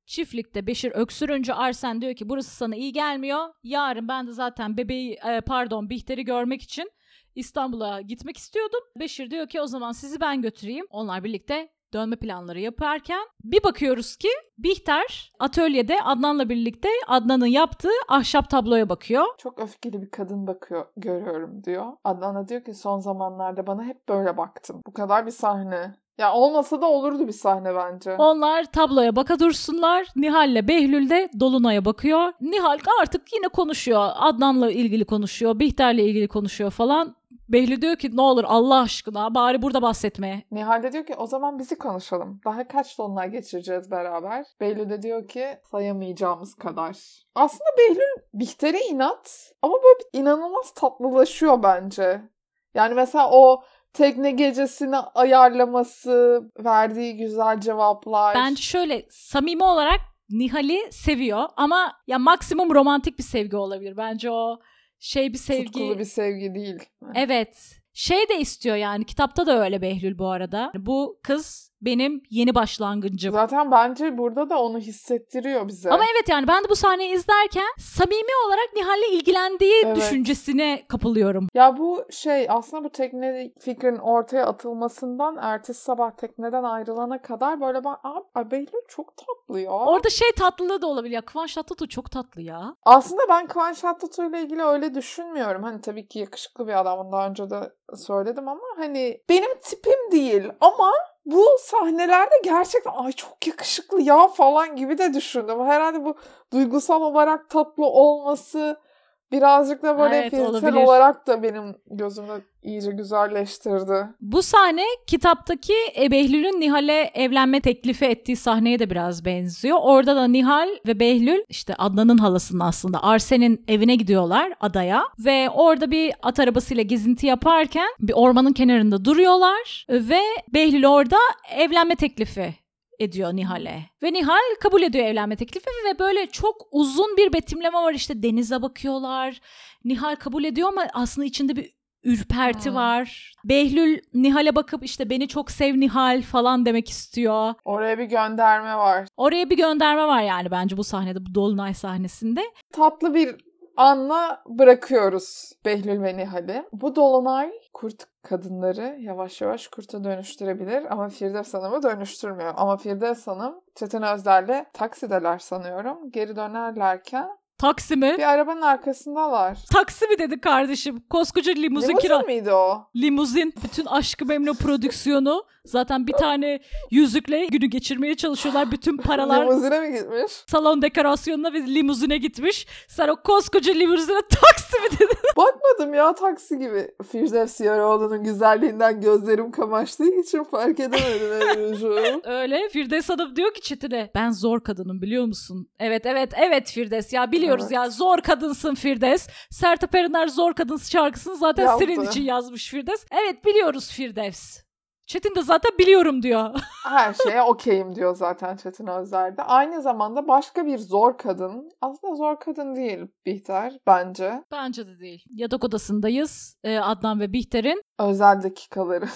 Çiftlikte Beşir öksürünce Arsen diyor ki burası sana iyi gelmiyor. Yarın ben de zaten bebeği pardon Bihter'i görmek için İstanbul'a gitmek istiyordum. Beşir diyor ki o zaman sizi ben götüreyim. Onlar birlikte dönme planları yaparken bir bakıyoruz ki Bihter atölyede Adnan'la birlikte Adnan'ın yaptığı ahşap tabloya bakıyor. Çok öfkeli bir kadın bakıyor, görüyorum diyor. Adnan'a diyor ki son zamanlarda bana hep böyle baktın. Bu kadar bir sahne. Ya olmasa da olurdu bir sahne bence. Onlar tabloya baka dursunlar. Nihal'le Behlül de Dolunay'a bakıyor. Nihal artık yine konuşuyor. Adnan'la ilgili konuşuyor. Bihter'le ilgili konuşuyor falan. Behlül diyor ki ne olur Allah aşkına bari burada bahsetmeye. Nihal de diyor ki o zaman bizi konuşalım. Daha kaç dolunay geçireceğiz beraber? Behlül de diyor ki sayamayacağımız kadar. Aslında Behlül Bihter'e inat ama böyle bir inanılmaz tatlılaşıyor bence. Yani mesela o tekne gecesini ayarlaması, verdiği güzel cevaplar. Bence şöyle samimi olarak Nihal'i seviyor ama ya maksimum romantik bir sevgi olabilir. Bence o şey bir sevgi. Tutkulu bir sevgi değil. Evet. Şey de istiyor yani kitapta da öyle Behlül bu arada. Bu kız benim yeni başlangıcım. Zaten bence burada da onu hissettiriyor bize. Ama evet yani ben de bu sahneyi izlerken samimi olarak Nihal'le ilgilendiği evet. düşüncesine kapılıyorum. Ya bu şey aslında bu tekne fikrin ortaya atılmasından ertesi sabah tekneden ayrılana kadar böyle ben abi Behlül çok tatlı ya. Orada şey tatlılığı da olabilir ya. Kıvanç Tatlıtuğ çok tatlı ya. Aslında ben Kıvanç Tatlıtuğ ile ilgili öyle düşünmüyorum. Hani tabii ki yakışıklı bir adam. Daha önce de söyledim ama hani benim tipim değil ama bu sahnelerde gerçekten ay çok yakışıklı ya falan gibi de düşündüm. Herhalde bu duygusal olarak tatlı olması birazcık da böyle evet, fiziksel olabilir. Olarak da benim gözümde iyice güzelleştirdi. Bu sahne kitaptaki Behlül'ün Nihal'e evlenme teklifi ettiği sahneye de biraz benziyor. Orada da Nihal ve Behlül işte Adnan'ın halasının aslında Arsen'in evine gidiyorlar adaya ve orada bir at arabasıyla gezinti yaparken bir ormanın kenarında duruyorlar ve Behlül orada evlenme teklifi ediyor Nihal'e. Ve Nihal kabul ediyor evlenme teklifi ve böyle çok uzun bir betimleme var işte denize bakıyorlar. Nihal kabul ediyor ama aslında içinde bir ürperti hmm. var. Behlül Nihal'e bakıp işte beni çok sev Nihal falan demek istiyor. Oraya bir gönderme var. Oraya bir gönderme var yani bence bu sahnede, bu Dolunay sahnesinde. Tatlı bir anla bırakıyoruz Behlül ve Nihal'i. Bu Dolunay kurt kadınları yavaş yavaş kurta dönüştürebilir ama Firdevs Hanım'ı dönüştürmüyor. Ama Firdevs Hanım Çetin Özder'le taksideler sanıyorum. Geri dönerlerken Taksi mi? Bir arabanın arkasındalar. Taksi mi dedi kardeşim? Koskoca limuzin kira. Limuzin miydi o? Limuzin. Bütün Aşk-ı Memnu prodüksiyonu. Zaten bir tane yüzükle günü geçirmeye çalışıyorlar. Bütün paralar... Limuzine mi gitmiş? Salon dekorasyonuna ve limuzine gitmiş. Sen o koskoca limuzine taksi mi dedin? Bakmadım ya taksi gibi. Firdevs Yaroğlu'nun güzelliğinden gözlerim kamaştığı için fark edemedim. Öyle. Firdevs Hanım diyor ki Çetin'e ben zor kadınım biliyor musun? Evet evet evet Firdevs ya biliyoruz evet. ya zor kadınsın Firdevs. Sertab Erener Zor Kadın şarkısını zaten Yaptı. senin için yazmış Firdevs. Evet biliyoruz Firdevs. Çetin de zaten biliyorum diyor. Her şeye okeyim diyor zaten Çetin Özder'de. Aynı zamanda başka bir zor kadın. Aslında zor kadın değil Bihter bence. Bence de değil. Yatak odasındayız. Ee, Adnan ve Bihter'in. Özel dakikaları.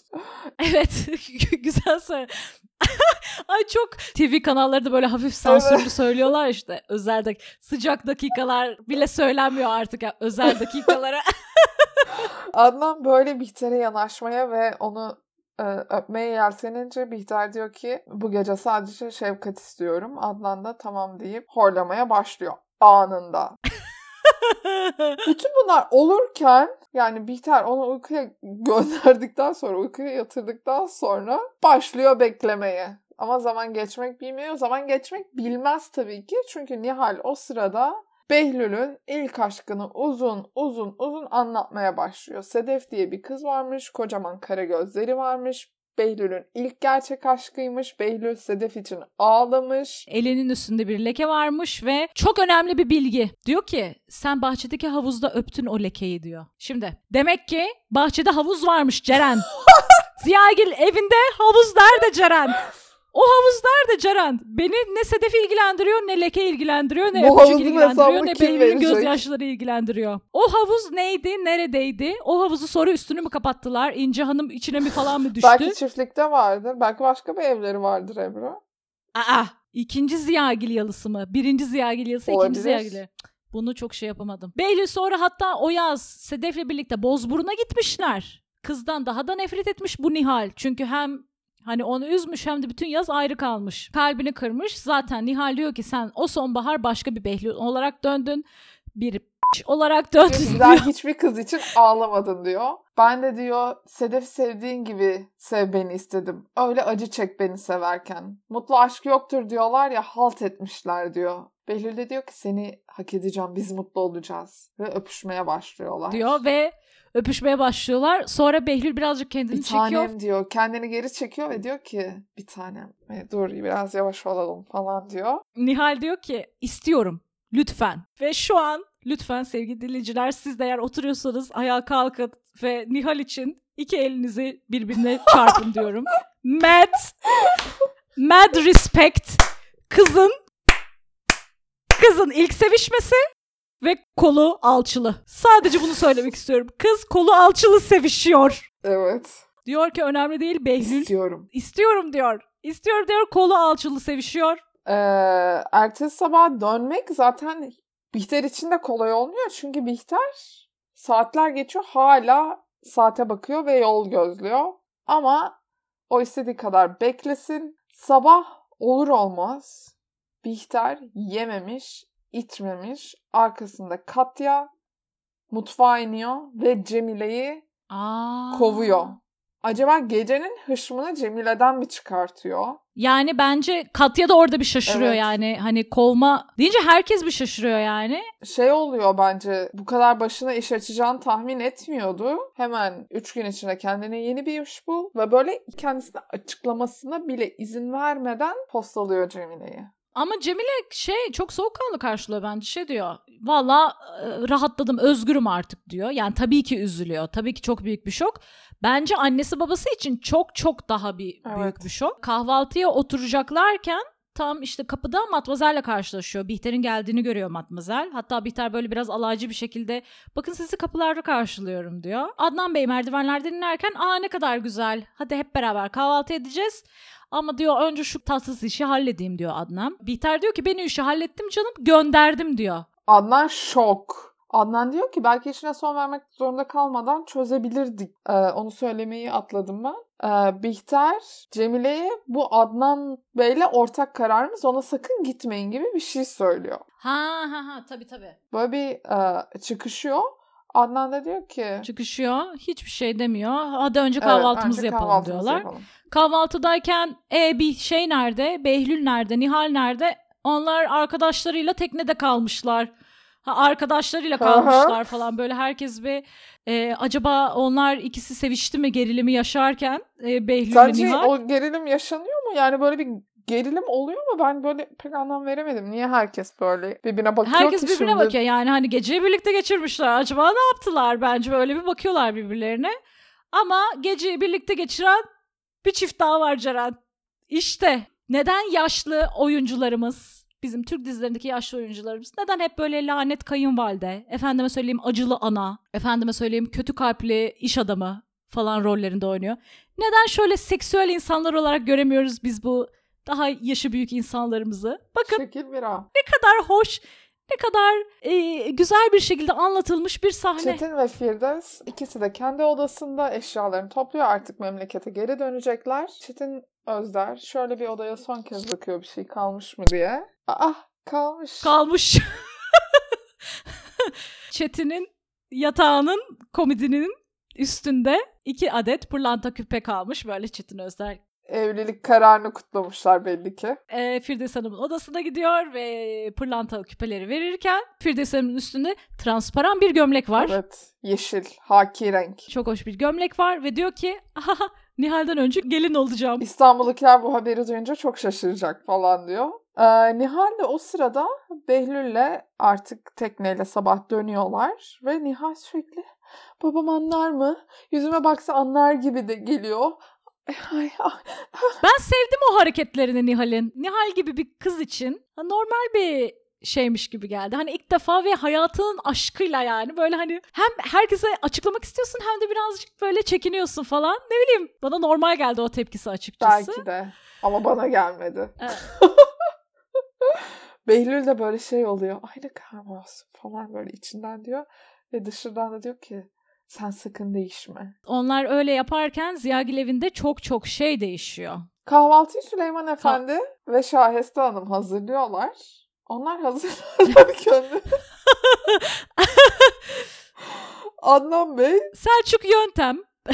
Evet. Güzel söyle. Ay çok T V kanalları da böyle hafif sansürlü evet. söylüyorlar işte. Özel dak- sıcak dakikalar bile söylenmiyor artık ya. Özel dakikalara. Adnan böyle Bihter'e yanaşmaya ve onu öpmeye yeltenince Bihter diyor ki bu gece sadece şefkat istiyorum. Adnan da tamam deyip horlamaya başlıyor anında. Bütün bunlar olurken yani Bihter onu uykuya gönderdikten sonra uykuya yatırdıktan sonra başlıyor beklemeye. Ama zaman geçmek bilmiyor. Zaman geçmek bilmez tabii ki. Çünkü Nihal o sırada Behlül'ün ilk aşkını uzun uzun uzun anlatmaya başlıyor. Sedef diye bir kız varmış. Kocaman kara gözleri varmış. Behlül'ün ilk gerçek aşkıymış. Behlül Sedef için ağlamış. Elinin üstünde bir leke varmış ve çok önemli bir bilgi. Diyor ki sen bahçedeki havuzda öptün o lekeyi diyor. Şimdi demek ki bahçede havuz varmış Ceren. Ziyagil evinde havuz nerede Ceren? O havuz nerede Ceren? Beni ne Sedef ilgilendiriyor, ne leke ilgilendiriyor, ne öpücük ilgilendiriyor, ne Behlül'ün gözyaşları ilgilendiriyor. O havuz neydi, neredeydi? O havuzu sonra üstünü mü kapattılar? İnce Hanım içine mi falan mı düştü? Belki çiftlikte vardır. Belki başka bir evleri vardır Ebru. Aa, İkinci Ziyagil yalısı mı? Birinci Ziyagil yalısı, Olabilir. ikinci Ziyagil. Bunu çok şey yapamadım. Behlül sonra hatta o yaz Sedef'le birlikte Bozburun'a gitmişler. Kızdan daha da nefret etmiş bu Nihal. Çünkü hem hani onu üzmüş hem de bütün yaz ayrı kalmış. Kalbini kırmış. Zaten Nihal diyor ki sen o sonbahar başka bir Behlül olarak döndün. Bir olarak döndün diyor. Sen hiçbir kız için ağlamadın diyor. Ben de diyor Sedef sevdiğin gibi sev beni istedim. Öyle acı çek beni severken. Mutlu aşk yoktur diyorlar ya, halt etmişler diyor. Behlül de diyor ki seni hak edeceğim, biz mutlu olacağız. Ve öpüşmeye başlıyorlar. Diyor ve öpüşmeye başlıyorlar. Sonra Behlül birazcık kendini bir çekiyor. Bir tanem diyor. Kendini geri çekiyor ve diyor ki bir tanem dur biraz yavaş olalım falan diyor. Nihal diyor ki istiyorum lütfen. Ve şu an lütfen sevgili dinleyiciler, siz de eğer oturuyorsanız ayağa kalkın ve Nihal için iki elinizi birbirine çarpın diyorum. Mad, mad respect. Kızın, kızın ilk sevişmesi ve kolu alçılı. Sadece bunu söylemek istiyorum. Kız kolu alçılı sevişiyor. Evet. Diyor ki önemli değil Behlül. İstiyorum. İstiyorum diyor. İstiyorum diyor, kolu alçılı sevişiyor. Ee, ertesi sabah dönmek zaten Bihter için de kolay olmuyor. Çünkü Bihter saatler geçiyor, hala saate bakıyor ve yol gözlüyor. Ama o istediği kadar beklesin. Sabah olur olmaz Bihter yememiş, içmemiş. Arkasında Katya mutfağa iniyor ve Cemile'yi Aa. kovuyor. Acaba gecenin hışmını Cemile'den mi çıkartıyor? Yani bence Katya da orada bir şaşırıyor, evet. Yani hani kovma deyince herkes bir şaşırıyor yani. Şey oluyor bence, bu kadar başına iş açacağını tahmin etmiyordu. Hemen üç gün içinde kendine yeni bir iş bul ve böyle kendisine açıklamasına bile izin vermeden postalıyor Cemile'yi. Ama Cemile şey çok soğukkanlı karşılıyor bence, şey diyor. Valla rahatladım, özgürüm artık diyor. Yani tabii ki üzülüyor. Tabii ki çok büyük bir şok. Bence annesi babası için çok çok daha bir evet. büyük bir şok. Kahvaltıya oturacaklarken tam işte kapıda Matmazel'le karşılaşıyor. Bihter'in geldiğini görüyor Matmazel. Hatta Bihter böyle biraz alaycı bir şekilde bakın sizi kapılarda karşılıyorum diyor. Adnan Bey merdivenlerden inerken aa ne kadar güzel, hadi hep beraber kahvaltı edeceğiz. Ama diyor önce şu tatsız işi halledeyim diyor Adnan. Bihter diyor ki ben işi hallettim canım, gönderdim diyor. Adnan şok. Adnan diyor ki belki işine son vermek zorunda kalmadan çözebilirdik. Ee, onu söylemeyi atladım ben. Ee, Bihter Cemile'ye bu Adnan Bey'le ortak kararımız, ona sakın gitmeyin gibi bir şey söylüyor. Ha ha ha tabii tabii. Böyle bir e, çıkışıyor. Adnan da diyor ki... Çıkışıyor. Hiçbir şey demiyor. Hadi önce kahvaltımızı evet, önce yapalım kahvaltımızı diyorlar. Yapalım. Kahvaltıdayken e, bir şey nerede? Behlül nerede? Nihal nerede? Onlar arkadaşlarıyla teknede kalmışlar. Ha, arkadaşlarıyla kalmışlar Aha. falan. Böyle herkes bir e, acaba onlar ikisi sevişti mi gerilimi yaşarken e, Behlül ve Nihal. Sence o gerilim yaşanıyor mu? Yani böyle bir gerilim oluyor mu? Ben böyle pek anlam veremedim. Niye herkes böyle birbirine bakıyor herkes ki birbirine şimdi? bakıyor. Yani hani geceyi birlikte geçirmişler. Acaba ne yaptılar? Bence böyle bir bakıyorlar birbirlerine. Ama geceyi birlikte geçiren bir çift daha var Ceren. İşte neden yaşlı oyuncularımız, bizim Türk dizilerindeki yaşlı oyuncularımız neden hep böyle lanet kayınvalide, efendime söyleyeyim acılı ana, efendime söyleyeyim kötü kalpli iş adamı falan rollerinde oynuyor? Neden şöyle seksüel insanlar olarak göremiyoruz biz bu daha yaşı büyük insanlarımızı? Bakın Şekil bir an. Ne kadar hoş, ne kadar e, güzel bir şekilde anlatılmış bir sahne. Çetin ve Firdevs ikisi de kendi odasında eşyalarını topluyor. Artık memlekete geri dönecekler. Çetin Özder şöyle bir odaya son kez bakıyor bir şey kalmış mı diye. Aa kalmış. Kalmış. Çetin'in yatağının komodinin üstünde iki adet pırlanta küpe kalmış. Böyle Çetin Özder evlilik kararını kutlamışlar belli ki. E, Firdevs Hanım'ın odasına gidiyor ve pırlanta küpeleri verirken Firdevs Hanım'ın üstünde transparan bir gömlek var. Evet, yeşil, haki renk. Çok hoş bir gömlek var ve diyor ki aha Nihal'den önce gelin olacağım. İstanbul'dakiler bu haberi duyunca çok şaşıracak falan diyor. Ee, Nihal de o sırada Behlül'le artık tekneyle sabah dönüyorlar ve Nihal sürekli babam anlar mı? Yüzüme baksa anlar gibi de geliyor. Ben sevdim o hareketlerini Nihal'in. Nihal gibi bir kız için normal bir şeymiş gibi geldi. Hani ilk defa ve hayatının aşkıyla yani böyle hani hem herkese açıklamak istiyorsun hem de birazcık böyle çekiniyorsun falan. Ne bileyim bana normal geldi o tepkisi açıkçası. Belki de ama bana gelmedi. Evet. Behlül de böyle şey oluyor. Ay ne kadar masum falan böyle içinden diyor. Ve dışarıdan da diyor ki sen sakın değişme. Onlar öyle yaparken Ziyagil evinde çok çok şey değişiyor. Kahvaltıyı Süleyman Efendi ha. ve Şahiste Hanım hazırlıyorlar. Onlar hazırlarken Adnan Bey Selçuk Yöntem.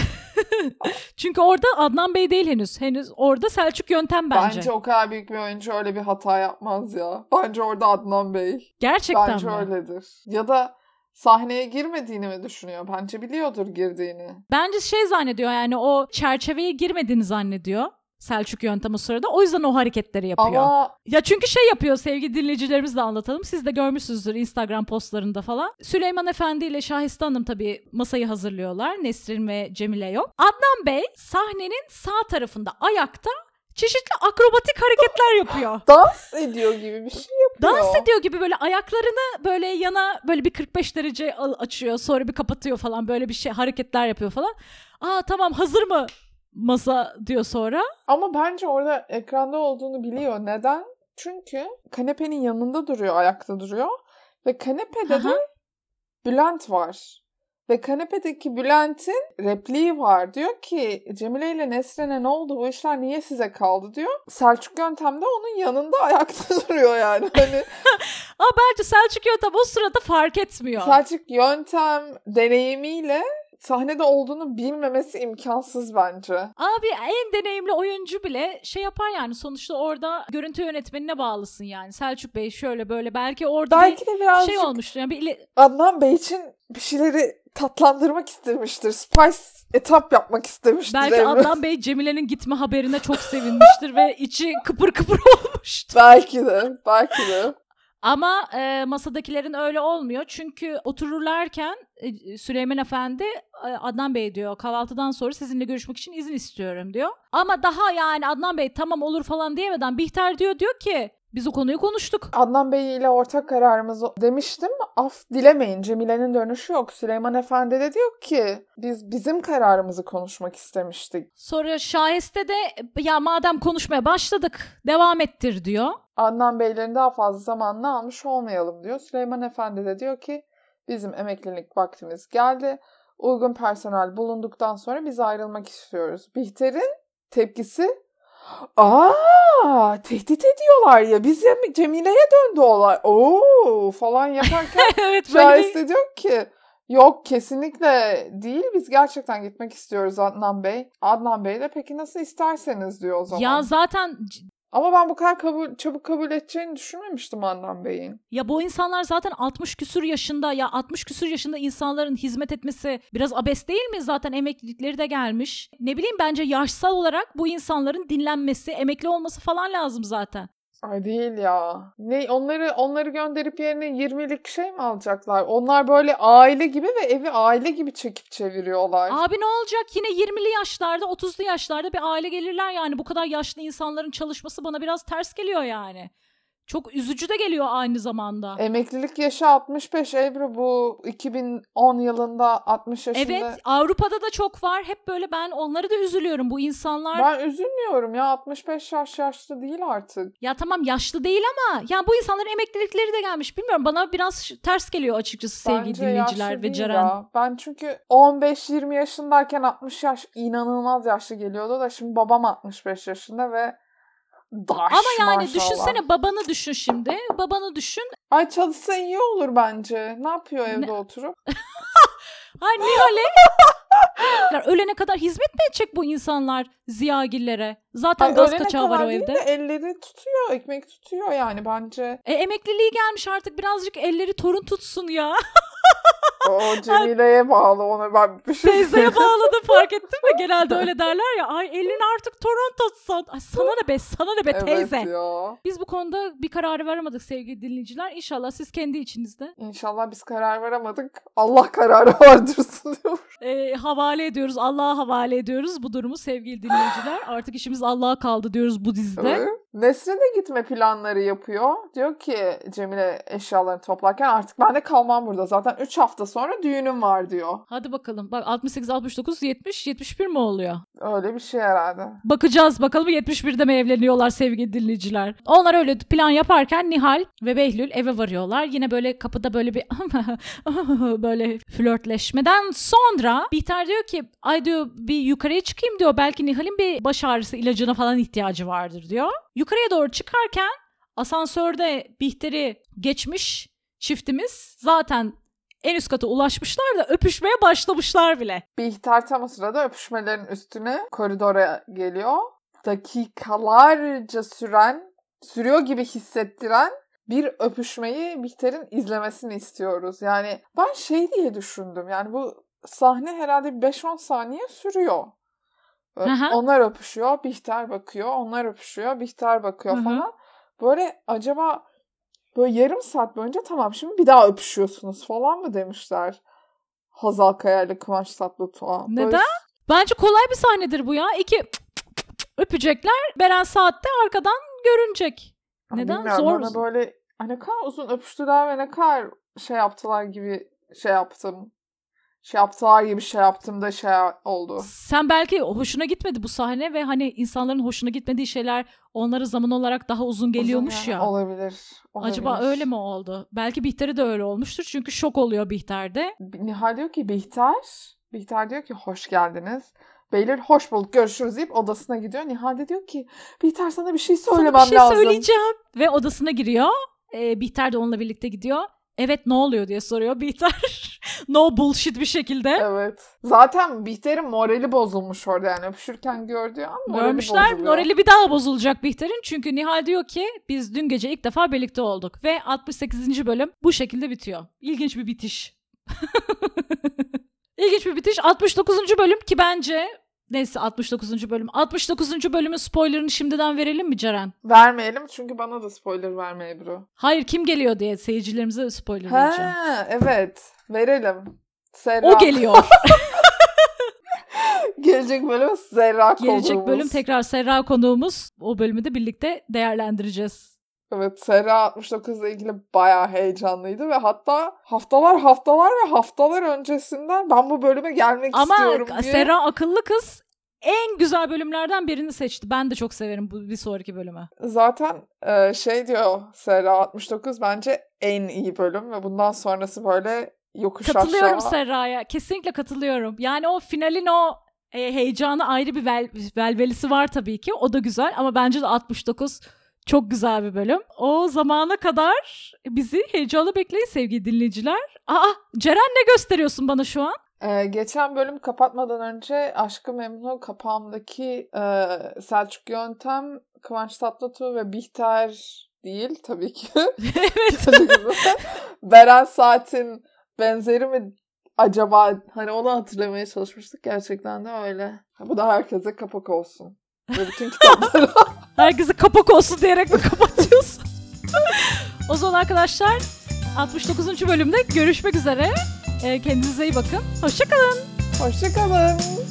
Çünkü orada Adnan Bey değil henüz. Henüz orada Selçuk Yöntem bence. Bence o kadar büyük bir oyuncu öyle bir hata yapmaz ya. Bence orada Adnan Bey. Gerçekten Bence mi? Bence öyledir. Ya da sahneye girmediğini mi düşünüyor? Bence biliyordur girdiğini. Bence şey zannediyor, yani o çerçeveye girmediğini zannediyor Selçuk Yöntem o sırada. O yüzden o hareketleri yapıyor. Ama... Ya çünkü şey yapıyor, sevgili dinleyicilerimiz de anlatalım. Siz de görmüşsünüzdür Instagram postlarında falan. Süleyman Efendi ile Şahiste Hanım tabii masayı hazırlıyorlar. Nesrin ve Cemile yok. Adnan Bey sahnenin sağ tarafında ayakta çeşitli akrobatik hareketler yapıyor. Dans ediyor gibi bir şey yapıyor. Dans ediyor gibi böyle ayaklarını böyle yana böyle bir kırk beş derece açıyor. Sonra bir kapatıyor falan, böyle bir şey hareketler yapıyor falan. Aa tamam, hazır mı masa diyor sonra. Ama bence orada ekranda olduğunu biliyor. Neden? Çünkü kanepenin yanında duruyor, ayakta duruyor. Ve kanepede Aha. de Bülent var. Ve kanepedeki Bülent'in repliği var. Diyor ki Cemile ile Nesrin'e ne oldu, bu işler niye size kaldı diyor. Selçuk Yöntem de onun yanında ayakta duruyor yani. Hani... Ama bence Selçuk Yöntem o sırada fark etmiyor. Selçuk Yöntem deneyimiyle sahnede olduğunu bilmemesi imkansız bence. Abi en deneyimli oyuncu bile şey yapar yani, sonuçta orada görüntü yönetmenine bağlısın yani. Selçuk Bey şöyle böyle, belki orada belki bir de şey olmuştur. Yani bir... Adnan Bey için bir şeyleri tatlandırmak istemiştir. Spice etap yapmak istemiştir. Belki Emre. Adnan Bey Cemile'nin gitme haberine çok sevinmiştir ve içi kıpır kıpır olmuştur. Belki de, belki de. Ama e, masadakilerin öyle olmuyor. Çünkü otururlarken e, Süleyman Efendi Adnan Bey diyor kahvaltıdan sonra sizinle görüşmek için izin istiyorum diyor. Ama daha yani Adnan Bey tamam olur falan diyemeden Bihter diyor diyor ki biz o konuyu konuştuk. Adnan Bey ile ortak kararımız demiştim. Af dilemeyin. Cemile'nin dönüşü yok. Süleyman Efendi de diyor ki biz bizim kararımızı konuşmak istemiştik. Sonra Şahiste de ya madem konuşmaya başladık devam ettir diyor. Adnan Beylerin daha fazla zamanını almış olmayalım diyor. Süleyman Efendi de diyor ki bizim emeklilik vaktimiz geldi. Uygun personel bulunduktan sonra biz ayrılmak istiyoruz. Bihter'in tepkisi aa tehdit ediyorlar ya, bize Cemile'ye döndü olay ooo falan yaparken evet, Şahiste bir... diyor ki yok kesinlikle değil, biz gerçekten gitmek istiyoruz Adnan Bey. Adnan Bey de peki nasıl isterseniz diyor o zaman. Ya zaten... Ama ben bu kadar kabul, çabuk kabul edeceğini düşünmemiştim Adnan Bey'in. Ya bu insanlar zaten altmış küsur yaşında, ya altmış küsur yaşında insanların hizmet etmesi biraz abes değil mi? Zaten emeklilikleri de gelmiş. Ne bileyim, bence yaşsal olarak bu insanların dinlenmesi, emekli olması falan lazım zaten. Ay değil ya. Ne onları onları gönderip yerine yirmilik şey mi alacaklar? Onlar böyle aile gibi ve evi aile gibi çekip çeviriyorlar. Abi ne olacak? Yine yirmili yaşlarda, otuzlu yaşlarda bir aile gelirler yani. Bu kadar yaşlı insanların çalışması bana biraz ters geliyor yani. Çok üzücü de geliyor aynı zamanda. Emeklilik yaşı altmış beş Ebru, bu iki bin on yılında altmış yaşında. Evet, Avrupa'da da çok var. Hep böyle ben onları da üzülüyorum, bu insanlar. Ben üzülmüyorum ya, altmış beş yaş yaşlı değil artık. Ya tamam yaşlı değil ama ya bu insanların emeklilikleri de gelmiş. Bilmiyorum, bana biraz ters geliyor açıkçası sevgili Bence dinleyiciler ve Ceren. Ya. Ben çünkü on beş yirmi yaşındayken altmış yaş inanılmaz yaşlı geliyordu da şimdi babam altmış beş yaşında ve Daş, ama yani maşallah. Düşünsene, babanı düşün şimdi. Babanı düşün. Ay çalışsa iyi olur bence. Ne yapıyor evde ne? Oturup? Ay Nihal'e. Ölene kadar hizmet mi edecek bu insanlar Ziyagillere? Zaten Ay, gaz kaçağı var o evde. De elleri tutuyor, ekmek tutuyor yani bence. E, emekliliği gelmiş artık, birazcık elleri torun tutsun ya. O Cemile'ye bağlı, ona ben bir şey teyzeye bağladı, fark ettin mi? Genelde öyle derler ya. Ay elin artık torun tutsun. Ay sana ne be, sana ne be evet teyze. Ya. Biz bu konuda bir karar veremedik sevgili dinleyiciler. İnşallah siz kendi içinizde. İnşallah biz karar veremedik. Allah kararı vardırsın diyor. E, havale ediyoruz. Allah'a havale ediyoruz bu durumu sevgili dinleyiciler. Artık işimiz Allah'a kaldı diyoruz bu dizide. Evet. Nesrin de gitme planları yapıyor. Diyor ki Cemile eşyalarını toplarken artık ben de kalmam burada. Zaten üç hafta sonra düğünüm var diyor. Hadi bakalım. Bak altmış sekiz, altmış dokuz, yetmiş, yetmiş bir mi oluyor? Öyle bir şey herhalde. Bakacağız bakalım yetmiş birde mi evleniyorlar sevgili dinleyiciler. Onlar öyle plan yaparken Nihal ve Behlül eve varıyorlar. Yine böyle kapıda böyle bir böyle flörtleşmeden sonra Bihter diyor ki ay diyor bir yukarıya çıkayım diyor. Belki Nihal'in bir baş ağrısı ilacına falan ihtiyacı vardır diyor. Yukarıya doğru çıkarken asansörde Bihter'i geçmiş çiftimiz zaten en üst kata ulaşmışlar da öpüşmeye başlamışlar bile. Bihter tam o sırada öpüşmelerin üstüne koridora geliyor. Dakikalarca süren, sürüyor gibi hissettiren bir öpüşmeyi Bihter'in izlemesini istiyoruz. Yani ben şey diye düşündüm. Yani bu sahne herhalde beş on saniye sürüyor. Aha. Onlar öpüşüyor, Bihter bakıyor. Onlar öpüşüyor, Bihter bakıyor Hı hı. falan. Böyle acaba böyle yarım saat boyunca tamam şimdi bir daha öpüşüyorsunuz falan mı demişler. Hazal Kaya ile Kıvanç Tatlıtuğ. Neden? Böyle... Bence kolay bir sahnedir bu ya. İki öpecekler. Beren Saat de arkadan görünecek. Neden? Bilmiyorum, Zor. bana böyle ne kadar uzun öpüştüler ve ne kadar şey yaptılar gibi şey yaptım. Şey yaptılar gibi şey yaptığımda şey oldu. Sen belki hoşuna gitmedi bu sahne ve hani insanların hoşuna gitmediği şeyler onlara zaman olarak daha uzun geliyormuş Uzun yani. ya. Olabilir, olabilir. Acaba öyle mi oldu? Belki Bihter'e de öyle olmuştur. Çünkü şok oluyor Bihter'de. Nihal diyor ki Bihter, Bihter diyor ki hoş geldiniz. Behlül hoş bulduk görüşürüz deyip odasına gidiyor. Nihal de diyor ki Bihter sana bir şey söylemem lazım. Sana bir şey lazım. söyleyeceğim. Ve odasına giriyor. Ee, Bihter de onunla birlikte gidiyor. Evet ne oluyor diye soruyor Bihter. No bullshit bir şekilde. Evet. Zaten Bihter'in morali bozulmuş orada yani. Öpüşürken gördüğü an morali Görmüşler. bozuluyor. Morali bir daha bozulacak Bihter'in. Çünkü Nihal diyor ki biz dün gece ilk defa birlikte olduk. Ve altmış sekizinci bölüm bu şekilde bitiyor. İlginç bir bitiş. İlginç bir bitiş. altmış dokuzuncu bölüm ki bence... Neyse altmış dokuzuncu bölüm. altmış dokuzuncu bölümün spoilerını şimdiden verelim mi Ceren? Vermeyelim çünkü bana da spoiler verme Ebru. Hayır kim geliyor diye seyircilerimize spoiler vereceğim. Ha evet verelim. Serra. O geliyor. Gelecek bölüm Serra konuğumuz. Gelecek bölüm tekrar Serra konuğumuz. O bölümü de birlikte değerlendireceğiz. Evet Serra altmış dokuz ile ilgili bayağı heyecanlıydı ve hatta haftalar haftalar ve haftalar öncesinden ben bu bölüme gelmek Ama istiyorum diye. Ama Serra akıllı kız en güzel bölümlerden birini seçti. Ben de çok severim bu bir sonraki bölümü. Zaten e, şey diyor Serra altmış dokuz bence en iyi bölüm ve bundan sonrası böyle yokuş aşağı. Katılıyorum Serra'ya. Kesinlikle katılıyorum. Yani o finalin o e, heyecanı ayrı bir vel, velvelisi var tabii ki. O da güzel ama bence de altmış dokuz çok güzel bir bölüm. O zamana kadar bizi heyecanla bekleyin sevgili dinleyiciler. Aa Ceren ne gösteriyorsun bana şu an? Ee, geçen bölüm kapatmadan önce Aşk-ı Memnu kapağımdaki e, Selçuk Yöntem, Kıvanç Tatlıtuğ ve Bihter değil tabii ki. Evet. Beren Saat'in benzeri mi acaba? Hani onu hatırlamaya çalışmıştık. Gerçekten de öyle. Bu da herkese kapak olsun. Ve bütün kitaplara. Herkese kapak olsun diyerek mi kapatıyorsun? O zaman arkadaşlar altmış dokuzuncu bölümde görüşmek üzere. Kendinize iyi bakın. Hoşça kalın. Hoşça kalın.